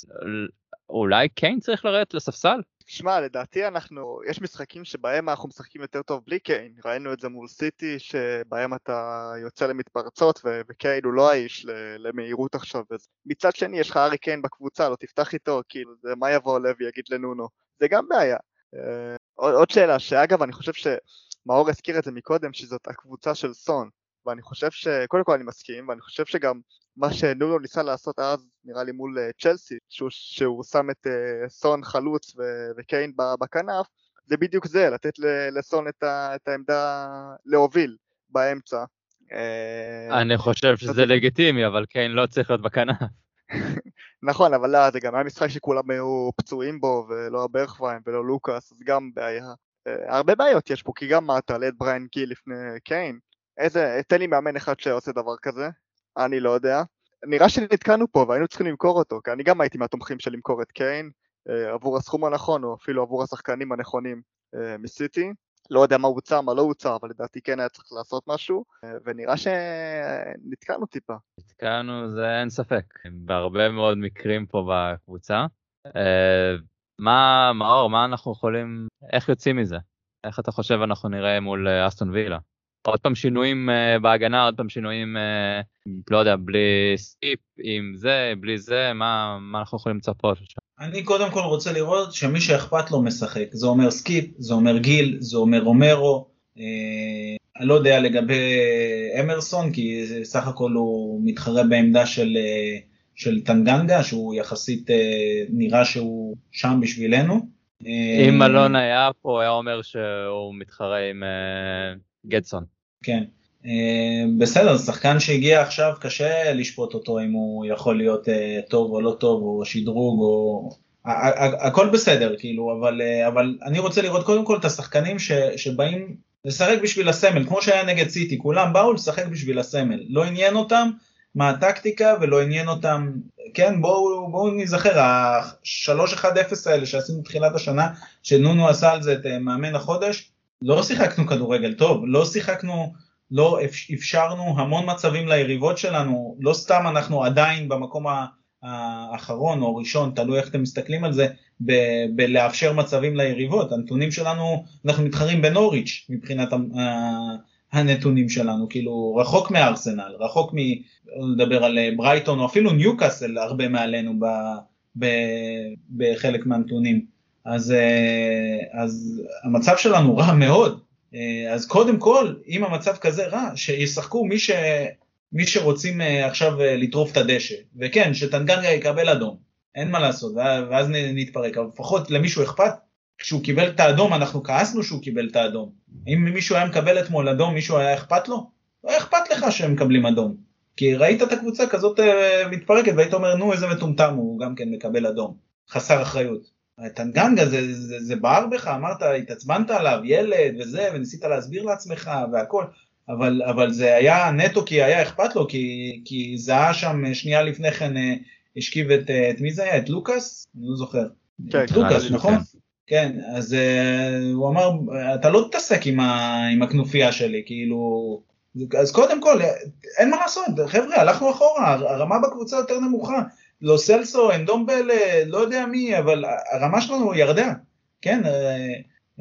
A: אולי קיין צריך לרדת לספסל?
C: תשמע, לדעתי אנחנו, יש משחקים שבהם אנחנו משחקים יותר טוב בלי קיין, ראינו את זה מול סיטי, שבהם אתה יוצא למתפרצות, ו- וקיין הוא לא האיש למהירות עכשיו, מצד שני יש לך ארי קיין בקבוצה, לא תפתח איתו, כאילו, זה מה יבוא לב ויגיד לנונו, זה גם בעיה. עוד, עוד שאלה, שאגב אני חושב שמאור הזכיר את זה מקודם, שזאת הקבוצה של סון, ואני חושב שקודם כל אני מסכים, ואני חושב שגם מה שנונו ניסה לעשות אז, נראה לי מול צ'לסי, שהוא, שהוא שם את uh, סון חלוץ ו- וקיין בכנף, זה בדיוק זה, לתת לסון את, ה- את העמדה להוביל באמצע.
A: אני חושב שזה לגיטימי, אבל קיין לא צריך להיות בכנף.
C: נכון, אבל לא, זה גם היה משחק שכולם היו פצועים בו, ולא ברכווין ולא לוקאס, אז גם בעיה. הרבה בעיות יש פה, כי גם מה, תעלה את בריין גיל לפני קיין, איזה, תן לי מאמן אחד שעושה דבר כזה, אני לא יודע. נראה שנתקענו פה והיינו צריכים למכור אותו, כי אני גם הייתי מהתומכים של למכור את קיין, עבור הסכום הנכון, או אפילו עבור השחקנים הנכונים מסיטי. לא יודע מה הוצא, מה לא הוצא, אבל לדעתי כן היה צריך לעשות משהו, ונראה שנתקענו טיפה.
A: נתקענו, זה אין ספק, בהרבה מאוד מקרים פה בקבוצה. מה, מאור, מה אנחנו יכולים, איך יוצאים מזה? איך אתה חושב אנחנו נראה מול אסטון וילה? עוד פעם שינויים בהגנה, עוד פעם שינויים, לא יודע, בלי סקיפ, עם זה, בלי זה, מה, מה אנחנו יכולים לצפות?
B: אני קודם כל רוצה לראות שמי שאכפת לו משחק, זה אומר סקיפ, זה אומר גיל, זה אומר רומרו, אה, אני לא יודע לגבי אמרסון, כי סך הכל הוא מתחרה בעמדה של, של טנגנגה, שהוא יחסית אה, נראה שהוא שם בשבילנו.
A: אם אלון היה פה, היה אומר שהוא מתחרה עם אה, גדסון.
B: כן. בסדר, שחקן שהגיע עכשיו קשה לשפוט אותו אם הוא יכול להיות טוב או לא טוב או שדרוג או הכל בסדר כאילו, אבל אבל אני רוצה לראות קודם כל את השחקנים ש, שבאים לשחק בשביל הסמל, כמו שהיה נגד סיטי, כולם באו לשחק בשביל הסמל, לא עניין אותם מה הטקטיקה ולא עניין אותם, כן, בואו בואו נזכר, ה-שלוש אחד אפס האלה שעשינו בתחילת השנה, שנונו עשה על זה את מאמן החודש, לא שיחקנו כדורגל טוב, לא שיחקנו, לא אפשרנו המון מצבים ליריבות שלנו, לא סתם אנחנו עדיין במקום האחרון או ראשון, תלוי איך אתם מסתכלים על זה, ב- בלאפשר מצבים ליריבות. הנתונים שלנו, אנחנו מתחרים בנוריץ' מבחינת הנתונים שלנו, כאילו רחוק מארסנל, רחוק מלדבר על ברייטון או אפילו ניוקאסל הרבה מעלינו בחלק מהנתונים. אז, אז המצב שלנו רע מאוד. אז קודם כל, אם המצב כזה רע, שישחקו מי, ש, מי שרוצים עכשיו לטרוף את הדשא. וכן, שטנגנגה יקבל אדום. אין מה לעשות, ואז נתפרק. אבל לפחות למישהו אכפת, כשהוא קיבל את האדום, אנחנו כעסנו שהוא קיבל את האדום. אם מישהו היה מקבל אתמול אדום, מישהו היה אכפת לו? לא אכפת לך שהם מקבלים אדום. כי ראית את הקבוצה כזאת מתפרקת, והיית אומר, נו, איזה מטומטם, הוא גם כן מקבל אדום. חסר אחריות. טנגנגה, זה, זה, זה בער בך, אמרת, התעצבנת עליו, ילד וזה, וניסית להסביר לעצמך והכל, אבל, אבל זה היה נטו כי היה אכפת לו, כי, כי זה היה שם שנייה לפני כן, השכיב את, את מי זה היה? את לוקאס? אני לא זוכר.
C: כן,
B: את לוקאס, נכון? כן, אז uh, הוא אמר, אתה לא תתעסק עם, ה, עם הכנופיה שלי, כאילו, אז קודם כל, אין מה לעשות, חבר'ה, הלכנו אחורה, הרמה בקבוצה יותר נמוכה, לא סלסו, אנדומבל, לא יודע מי, אבל הרמה שלנו ירדה, כן, uh, uh,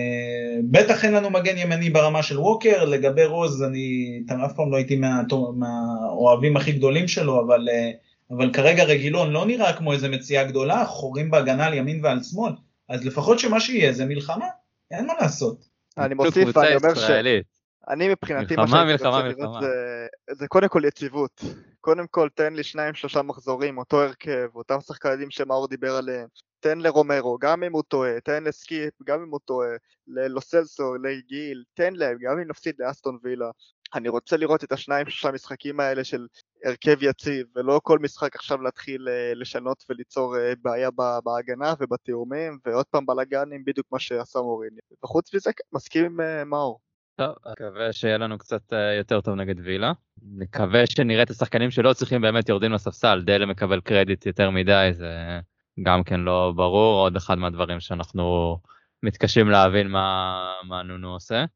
B: בטח אין לנו מגן ימני ברמה של ווקר, לגבי רוז, אני אף פעם לא הייתי מה, מהאוהבים הכי גדולים שלו, אבל, uh, אבל כרגע רגילון לא נראה כמו איזה מציאה גדולה, חורים בהגנה על ימין ועל שמאל, אז לפחות שמה שיהיה זה מלחמה, אין מה לעשות.
C: אני מוסיף, אני אומר ש... אני מבחינתי מה שהייתי רוצה לראות זה קודם כל יציבות. קודם כל תן לי שניים שלושה מחזורים, אותו הרכב, אותם שחקנים שמאור דיבר עליהם, תן לרומרו, גם אם הוא טועה, תן לסקיפ, גם אם הוא טועה, ללוסלסו, לגיל, תן להם, גם אם נפסיד לאסטון וילה. אני רוצה לראות את השניים שלושה משחקים האלה של הרכב יציב, ולא כל משחק עכשיו להתחיל לשנות וליצור בעיה בהגנה ובתאומים, ועוד פעם בלגנים, בדיוק מה שעשה מוריני. וחוץ מזה, מסכים עם מאור.
A: טוב, מקווה שיהיה לנו קצת יותר טוב נגד וילה. מקווה שנראה את השחקנים שלא צריכים באמת יורדים לספסל, דלה מקבל קרדיט יותר מדי, זה גם כן לא ברור, עוד אחד מהדברים שאנחנו מתקשים להבין מה, מה נונו עושה.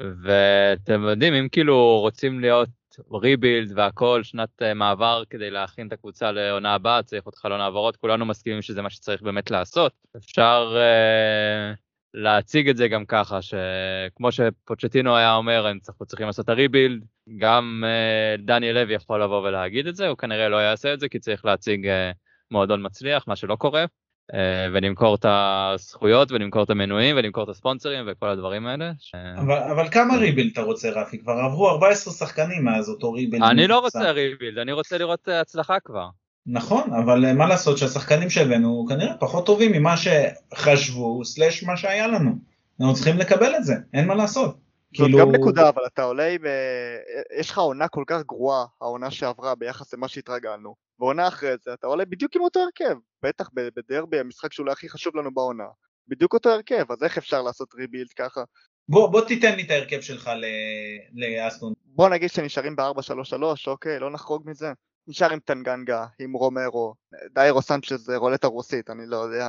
A: ואתם יודעים, אם כאילו רוצים להיות ריבילד והכל, שנת מעבר כדי להכין את הקבוצה לעונה הבאה, צריך עוד חלון העברות, כולנו מסכימים שזה מה שצריך באמת לעשות. אפשר uh, להציג את זה גם ככה, שכמו שפוצ'טינו היה אומר, אנחנו צריכים לעשות את הריבילד, גם uh, דניאל לוי יכול לבוא ולהגיד את זה, הוא כנראה לא יעשה את זה, כי צריך להציג uh, מועדון מצליח, מה שלא קורה. ולמכור את הזכויות ולמכור את המנויים ולמכור את הספונסרים וכל הדברים האלה.
B: אבל, אבל כמה ריבילד אתה רוצה, רפי? כבר עברו ארבעה עשר שחקנים מאז אותו ריבילד.
A: אני לא רוצה ריבילד, אני רוצה לראות הצלחה כבר.
B: נכון, אבל מה לעשות שהשחקנים שהבאנו כנראה פחות טובים ממה שחשבו, סלש מה שהיה לנו. אנחנו צריכים לקבל את זה, אין מה לעשות.
C: זאת כאילו... גם נקודה, אבל אתה עולה עם... יש לך עונה כל כך גרועה, העונה שעברה ביחס למה שהתרגלנו. ועונה אחרי זה, אתה עולה בדיוק עם אותו הרכב. בטח בדרבי, המשחק שאולי הכי חשוב לנו בעונה. בדיוק אותו הרכב, אז איך אפשר לעשות ריבילד ככה?
B: בוא, בוא תיתן לי את ההרכב שלך לאסטון.
C: בוא נגיד שנשארים ב-ארבע שלוש שלוש, אוקיי, לא נחרוג מזה. נשאר עם טנגנגה, עם רומרו, דיירו סנצ'ז רולטה רוסית, אני לא יודע.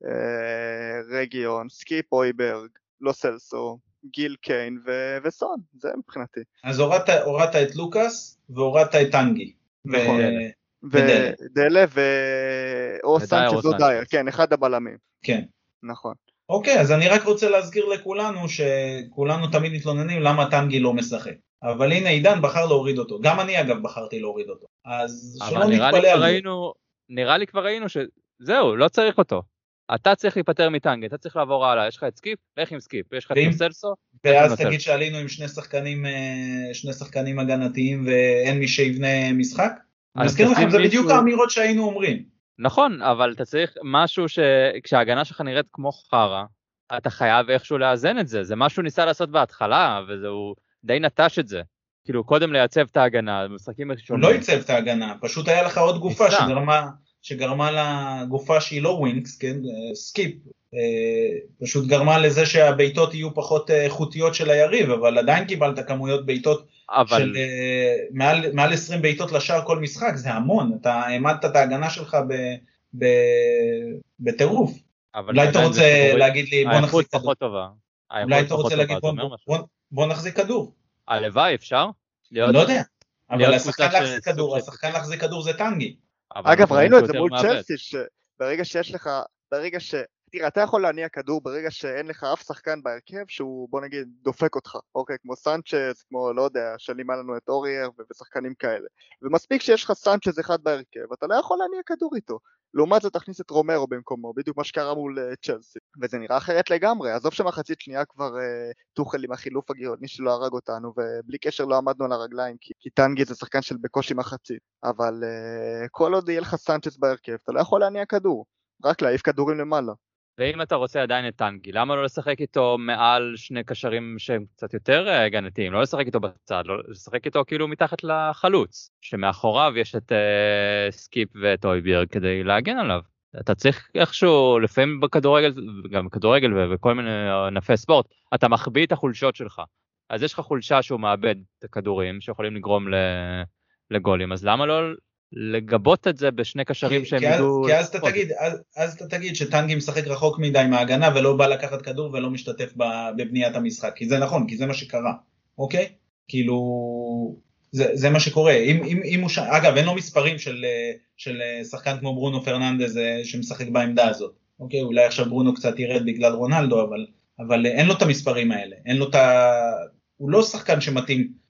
C: רגיון, סקיפ אויברג, לא סלסו. גיל קיין ו- וסון, זה מבחינתי.
B: אז הורדת, הורדת את לוקאס והורדת את טנגי.
C: נכון. ודלה או סנצ'ז או דייר, כן, אחד הבלמים.
B: כן.
C: נכון.
B: אוקיי, אז אני רק רוצה להזכיר לכולנו שכולנו תמיד מתלוננים למה טנגי לא משחק. אבל הנה עידן בחר להוריד אותו. גם אני אגב בחרתי להוריד אותו. אז שלא נתפלא על זה.
A: נראה לי כבר ראינו שזהו, לא צריך אותו. אתה צריך להיפטר מטנגי, אתה צריך לעבור הלאה, יש לך את סקיפ, לך עם סקיפ, יש לך את נוסלסו.
B: ואז תגיד שעלינו עם שני שחקנים, שני שחקנים הגנתיים ואין מי שיבנה משחק? אני מזכיר לכם, זה בדיוק האמירות שהיינו אומרים.
A: נכון, אבל אתה צריך משהו שכשההגנה שלך נראית כמו חרה, אתה חייב איכשהו לאזן את זה, זה משהו ניסה לעשות בהתחלה, והוא די נטש את זה. כאילו קודם לייצב את ההגנה, במשחקים ראשונים.
B: הוא לא ייצב את ההגנה, פשוט היה לך עוד גופה שגרמה... שגרמה לגופה שהיא לא ווינקס, כן, סקיפ, פשוט גרמה לזה שהביתות יהיו פחות איכותיות של היריב, אבל עדיין קיבלת כמויות ביתות אבל... של מעל, מעל עשרים ביתות לשער כל משחק, זה המון, אתה העמדת את ההגנה שלך ב, ב, בטירוף. אולי אתה רוצה להגיד לי בוא נחזיק כדור. אולי אתה רוצה להגיד בוא, בוא, בוא נחזיק כדור.
A: הלוואי אפשר?
B: לא יודע, אבל השחקן להחזיק כדור, השחקן להחזיק כדור זה טנגי.
C: אגב, ראינו את זה מול צ'לסי, שברגע שיש לך, ברגע ש... תראה, אתה יכול להניע כדור ברגע שאין לך אף שחקן בהרכב שהוא, בוא נגיד, דופק אותך, אוקיי, כמו סנצ'ז, כמו, לא יודע, שלימה לנו את אורייר ושחקנים כאלה. ומספיק שיש לך סנצ'ז אחד בהרכב, אתה לא יכול להניע כדור איתו. לעומת זאת תכניס את רומרו במקומו, בדיוק מה שקרה מול צ'לסי, וזה נראה אחרת לגמרי. עזוב שמחצית שנייה כבר טוחל עם החילוף הגאוני שלא הרג אותנו, ובלי קשר לא עמדנו על הרגליים, כי, כי טנגי זה שחקן של בקושי מחצית, אבל uh, כל עוד יהיה לך סנצ'ס בהרכב, אתה לא יכול להניע כדור, רק להעיף כדורים למעלה.
A: ואם אתה רוצה עדיין את טנגי, למה לא לשחק איתו מעל שני קשרים שהם קצת יותר הגנתיים? לא לשחק איתו בצד, לא לשחק איתו כאילו מתחת לחלוץ, שמאחוריו יש את uh, סקיפ ואת אויבייר כדי להגן עליו. אתה צריך איכשהו, לפעמים בכדורגל, גם בכדורגל ובכל מיני ענפי ספורט, אתה מחביא את החולשות שלך. אז יש לך חולשה שהוא מאבד את הכדורים, שיכולים לגרום לגולים, אז למה לא לגבות את זה בשני קשרים שהם ידעו...
B: כי אז אתה תגיד, אז, אז אתה תגיד שטנגי משחק רחוק מדי מההגנה, ולא בא לקחת כדור ולא משתתף בבניית המשחק, כי זה נכון, כי זה מה שקרה, אוקיי? כאילו, זה, זה מה שקורה. אם, אם, אם הוא ש... אגב, אין לו מספרים של, של שחקן כמו ברונו פרננדז שמשחק בעמדה הזאת, אוקיי? אולי עכשיו ברונו קצת ירד בגלל רונלדו, אבל, אבל אין לו את המספרים האלה, אין לו את ה... הוא לא שחקן שמתאים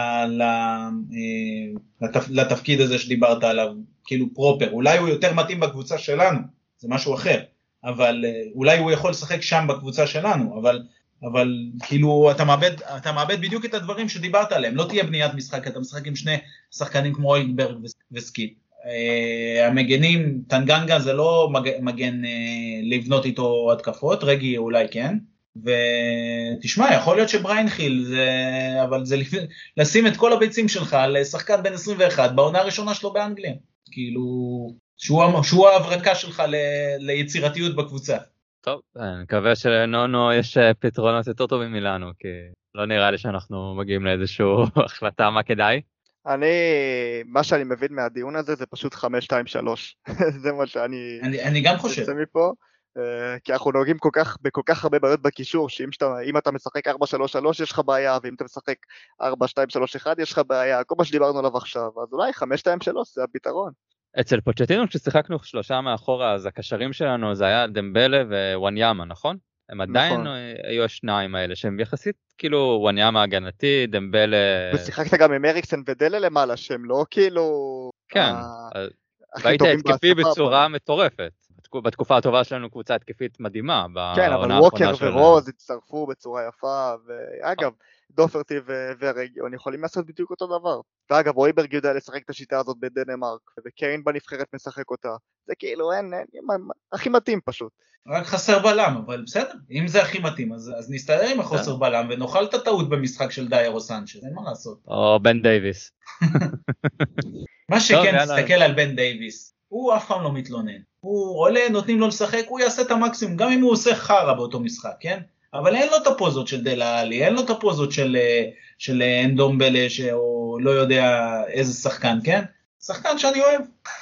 B: לתפקיד הזה שדיברת עליו, כאילו פרופר. אולי הוא יותר מתאים בקבוצה שלנו, זה משהו אחר, אבל אולי הוא יכול לשחק שם בקבוצה שלנו, אבל, אבל כאילו אתה מאבד, אתה מאבד בדיוק את הדברים שדיברת עליהם. לא תהיה בניית משחק, אתה משחק עם שני שחקנים כמו אויברג וסקיפ. המגנים, טנגנגה זה לא מגן לבנות איתו התקפות, רגי אולי כן, ותשמע, יכול להיות שבריין חיל, זה, אבל זה לשים את כל הביצים שלך לשחקן בן עשרים ואחת, בעונה הראשונה שלו באנגליה, כאילו, שהוא, שהוא ההברקה שלך ל, ליצירתיות בקבוצה.
A: טוב, אני מקווה שלנונו יש פתרונות יותר טובים מלנו, כי לא נראה לי שאנחנו מגיעים לאיזושהי החלטה מה כדאי.
C: אני, מה שאני מבין מהדיון הזה זה פשוט חמש שתיים שלוש, זה מה שאני...
B: אני, אני גם חושב.
C: מפה. כי אנחנו נוהגים כל כך, בכל כך הרבה בעיות בקישור, שאם שאתה, אם אתה משחק ארבע שלוש שלוש יש לך בעיה, ואם אתה משחק ארבע שתיים שלוש אחת יש לך בעיה, כל מה שדיברנו עליו עכשיו, אז אולי חמש שתיים שלוש זה הפתרון.
A: אצל פוצ'טינו כששיחקנו שלושה מאחורה, אז הקשרים שלנו זה היה דמבלה ווואניאמה, נכון? הם עדיין נכון. היו השניים האלה, שהם יחסית כאילו וואניאמה הגנתי, דמבלה...
C: ושיחקת גם עם אריקסן ודלה למעלה, שהם לא כאילו...
A: כן, ה... והיית התקפי בצורה מטורפת. בתקופה הטובה שלנו קבוצה התקפית מדהימה.
C: כן, אבל ווקר ורוז הצטרפו בצורה יפה, ואגב, דופרטי ורגיון יכולים לעשות בדיוק אותו דבר. ואגב, אויברג יודע לשחק את השיטה הזאת בדנמרק, וקיין בנבחרת משחק אותה. זה כאילו, אין, הכי מתאים פשוט.
B: רק חסר בלם, אבל בסדר, אם זה הכי מתאים, אז נסתדר עם החוסר בלם, ונאכל את הטעות במשחק של דייר או סנצ'ז, אין מה לעשות.
A: או בן דייביס.
B: מה שכן, תסתכל על בן דייביס. הוא אף פעם לא מתלונן, הוא עולה, נותנים לו לשחק, הוא יעשה את המקסימום, גם אם הוא עושה חרה באותו משחק, כן? אבל אין לו את הפוזות של דלה עלי, אין לו את הפוזות של, של אנדומבלה, או לא יודע איזה שחקן, כן? שחקן שאני אוהב.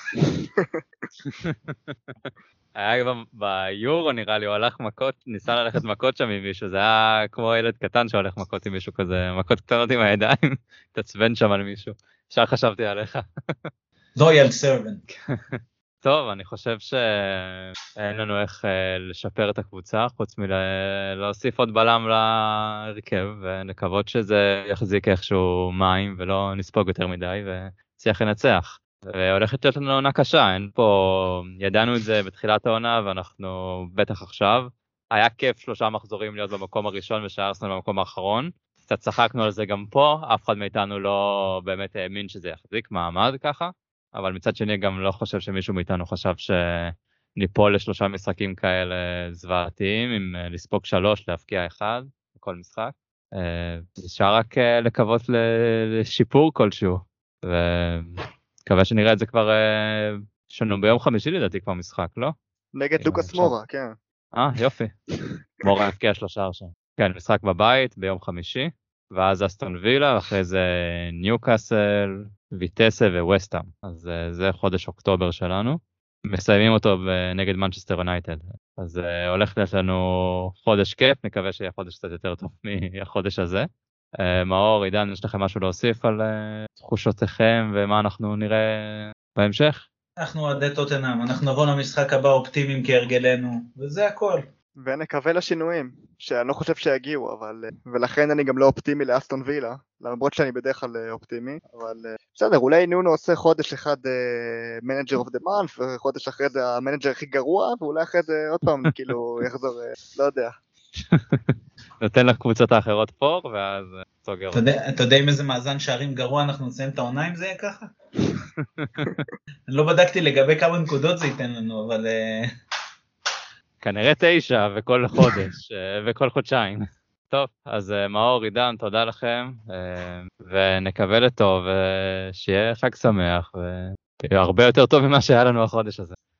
A: היה גם ביורו נראה לי, הוא הלך מכות, ניסה ללכת מכות שם עם מישהו, זה היה כמו ילד קטן שהולך מכות עם מישהו כזה, מכות קטנות עם הידיים, תצבן שם על מישהו, עכשיו חשבתי עליך.
B: לויאל סרבנט.
A: טוב, אני חושב שאין לנו איך לשפר את הקבוצה, חוץ מלהוסיף עוד בלם להרכב, ונקוות שזה יחזיק איכשהו מים, ולא נספוג יותר מדי, וצליח לנצח. והולכת להיות לנו עונה קשה, אין פה, ידענו את זה בתחילת העונה, ואנחנו בטח עכשיו. היה כיף שלושה מחזורים להיות במקום הראשון, ושארסנל במקום האחרון. קצת צחקנו על זה גם פה, אף אחד מאיתנו לא באמת האמין שזה יחזיק מעמד ככה. אבל מצד שני גם לא חושב שמישהו מאיתנו חשב שניפול לשלושה משחקים כאלה זוועתיים, עם לספוג שלוש, להפקיע אחד, בכל משחק. אפשר רק לקוות לשיפור כלשהו, ומקווה שנראה את זה כבר, שנו ביום חמישי לדעתי כבר משחק, לא?
C: נגד לוקאס מורה, כן.
A: אה, יופי. מורה הפקיע שלושה שם. כן, משחק בבית ביום חמישי, ואז אסטון וילה, ואחרי זה ניוקאסל, ויטסה וווסטהאם, אז זה חודש אוקטובר שלנו, מסיימים אותו נגד מנצ'סטר יונייטד, אז הולך להיות לנו חודש כיף, נקווה שיהיה חודש קצת יותר טוב מהחודש הזה. מאור, עידן, יש לכם משהו להוסיף על תחושותיכם ומה אנחנו נראה בהמשך?
B: אנחנו עדי טוטנהאם, אנחנו נבוא למשחק הבא אופטימיים כהרגלנו, וזה הכל.
C: ונקווה לשינויים, שאני לא חושב שיגיעו, אבל... ולכן אני גם לא אופטימי לאסטון וילה, למרות שאני בדרך כלל אופטימי, אבל... בסדר, אולי נונו עושה חודש אחד מנג'ר אוף דה מאנף, וחודש אחרי זה המנג'ר הכי גרוע, ואולי אחרי זה עוד פעם כאילו יחזור, לא יודע.
A: נותן לקבוצות האחרות פור, ואז סוגר.
B: אתה יודע עם איזה מאזן שערים גרוע אנחנו נסיים את העונה אם זה יהיה ככה? אני לא בדקתי לגבי כמה נקודות זה ייתן לנו, אבל...
A: כנראה תשע וכל חודש, וכל חודשיים. טוב, אז מאור, עידן, תודה לכם, ונקווה לטוב, שיהיה חג שמח, והרבה יותר טוב ממה שהיה לנו החודש הזה.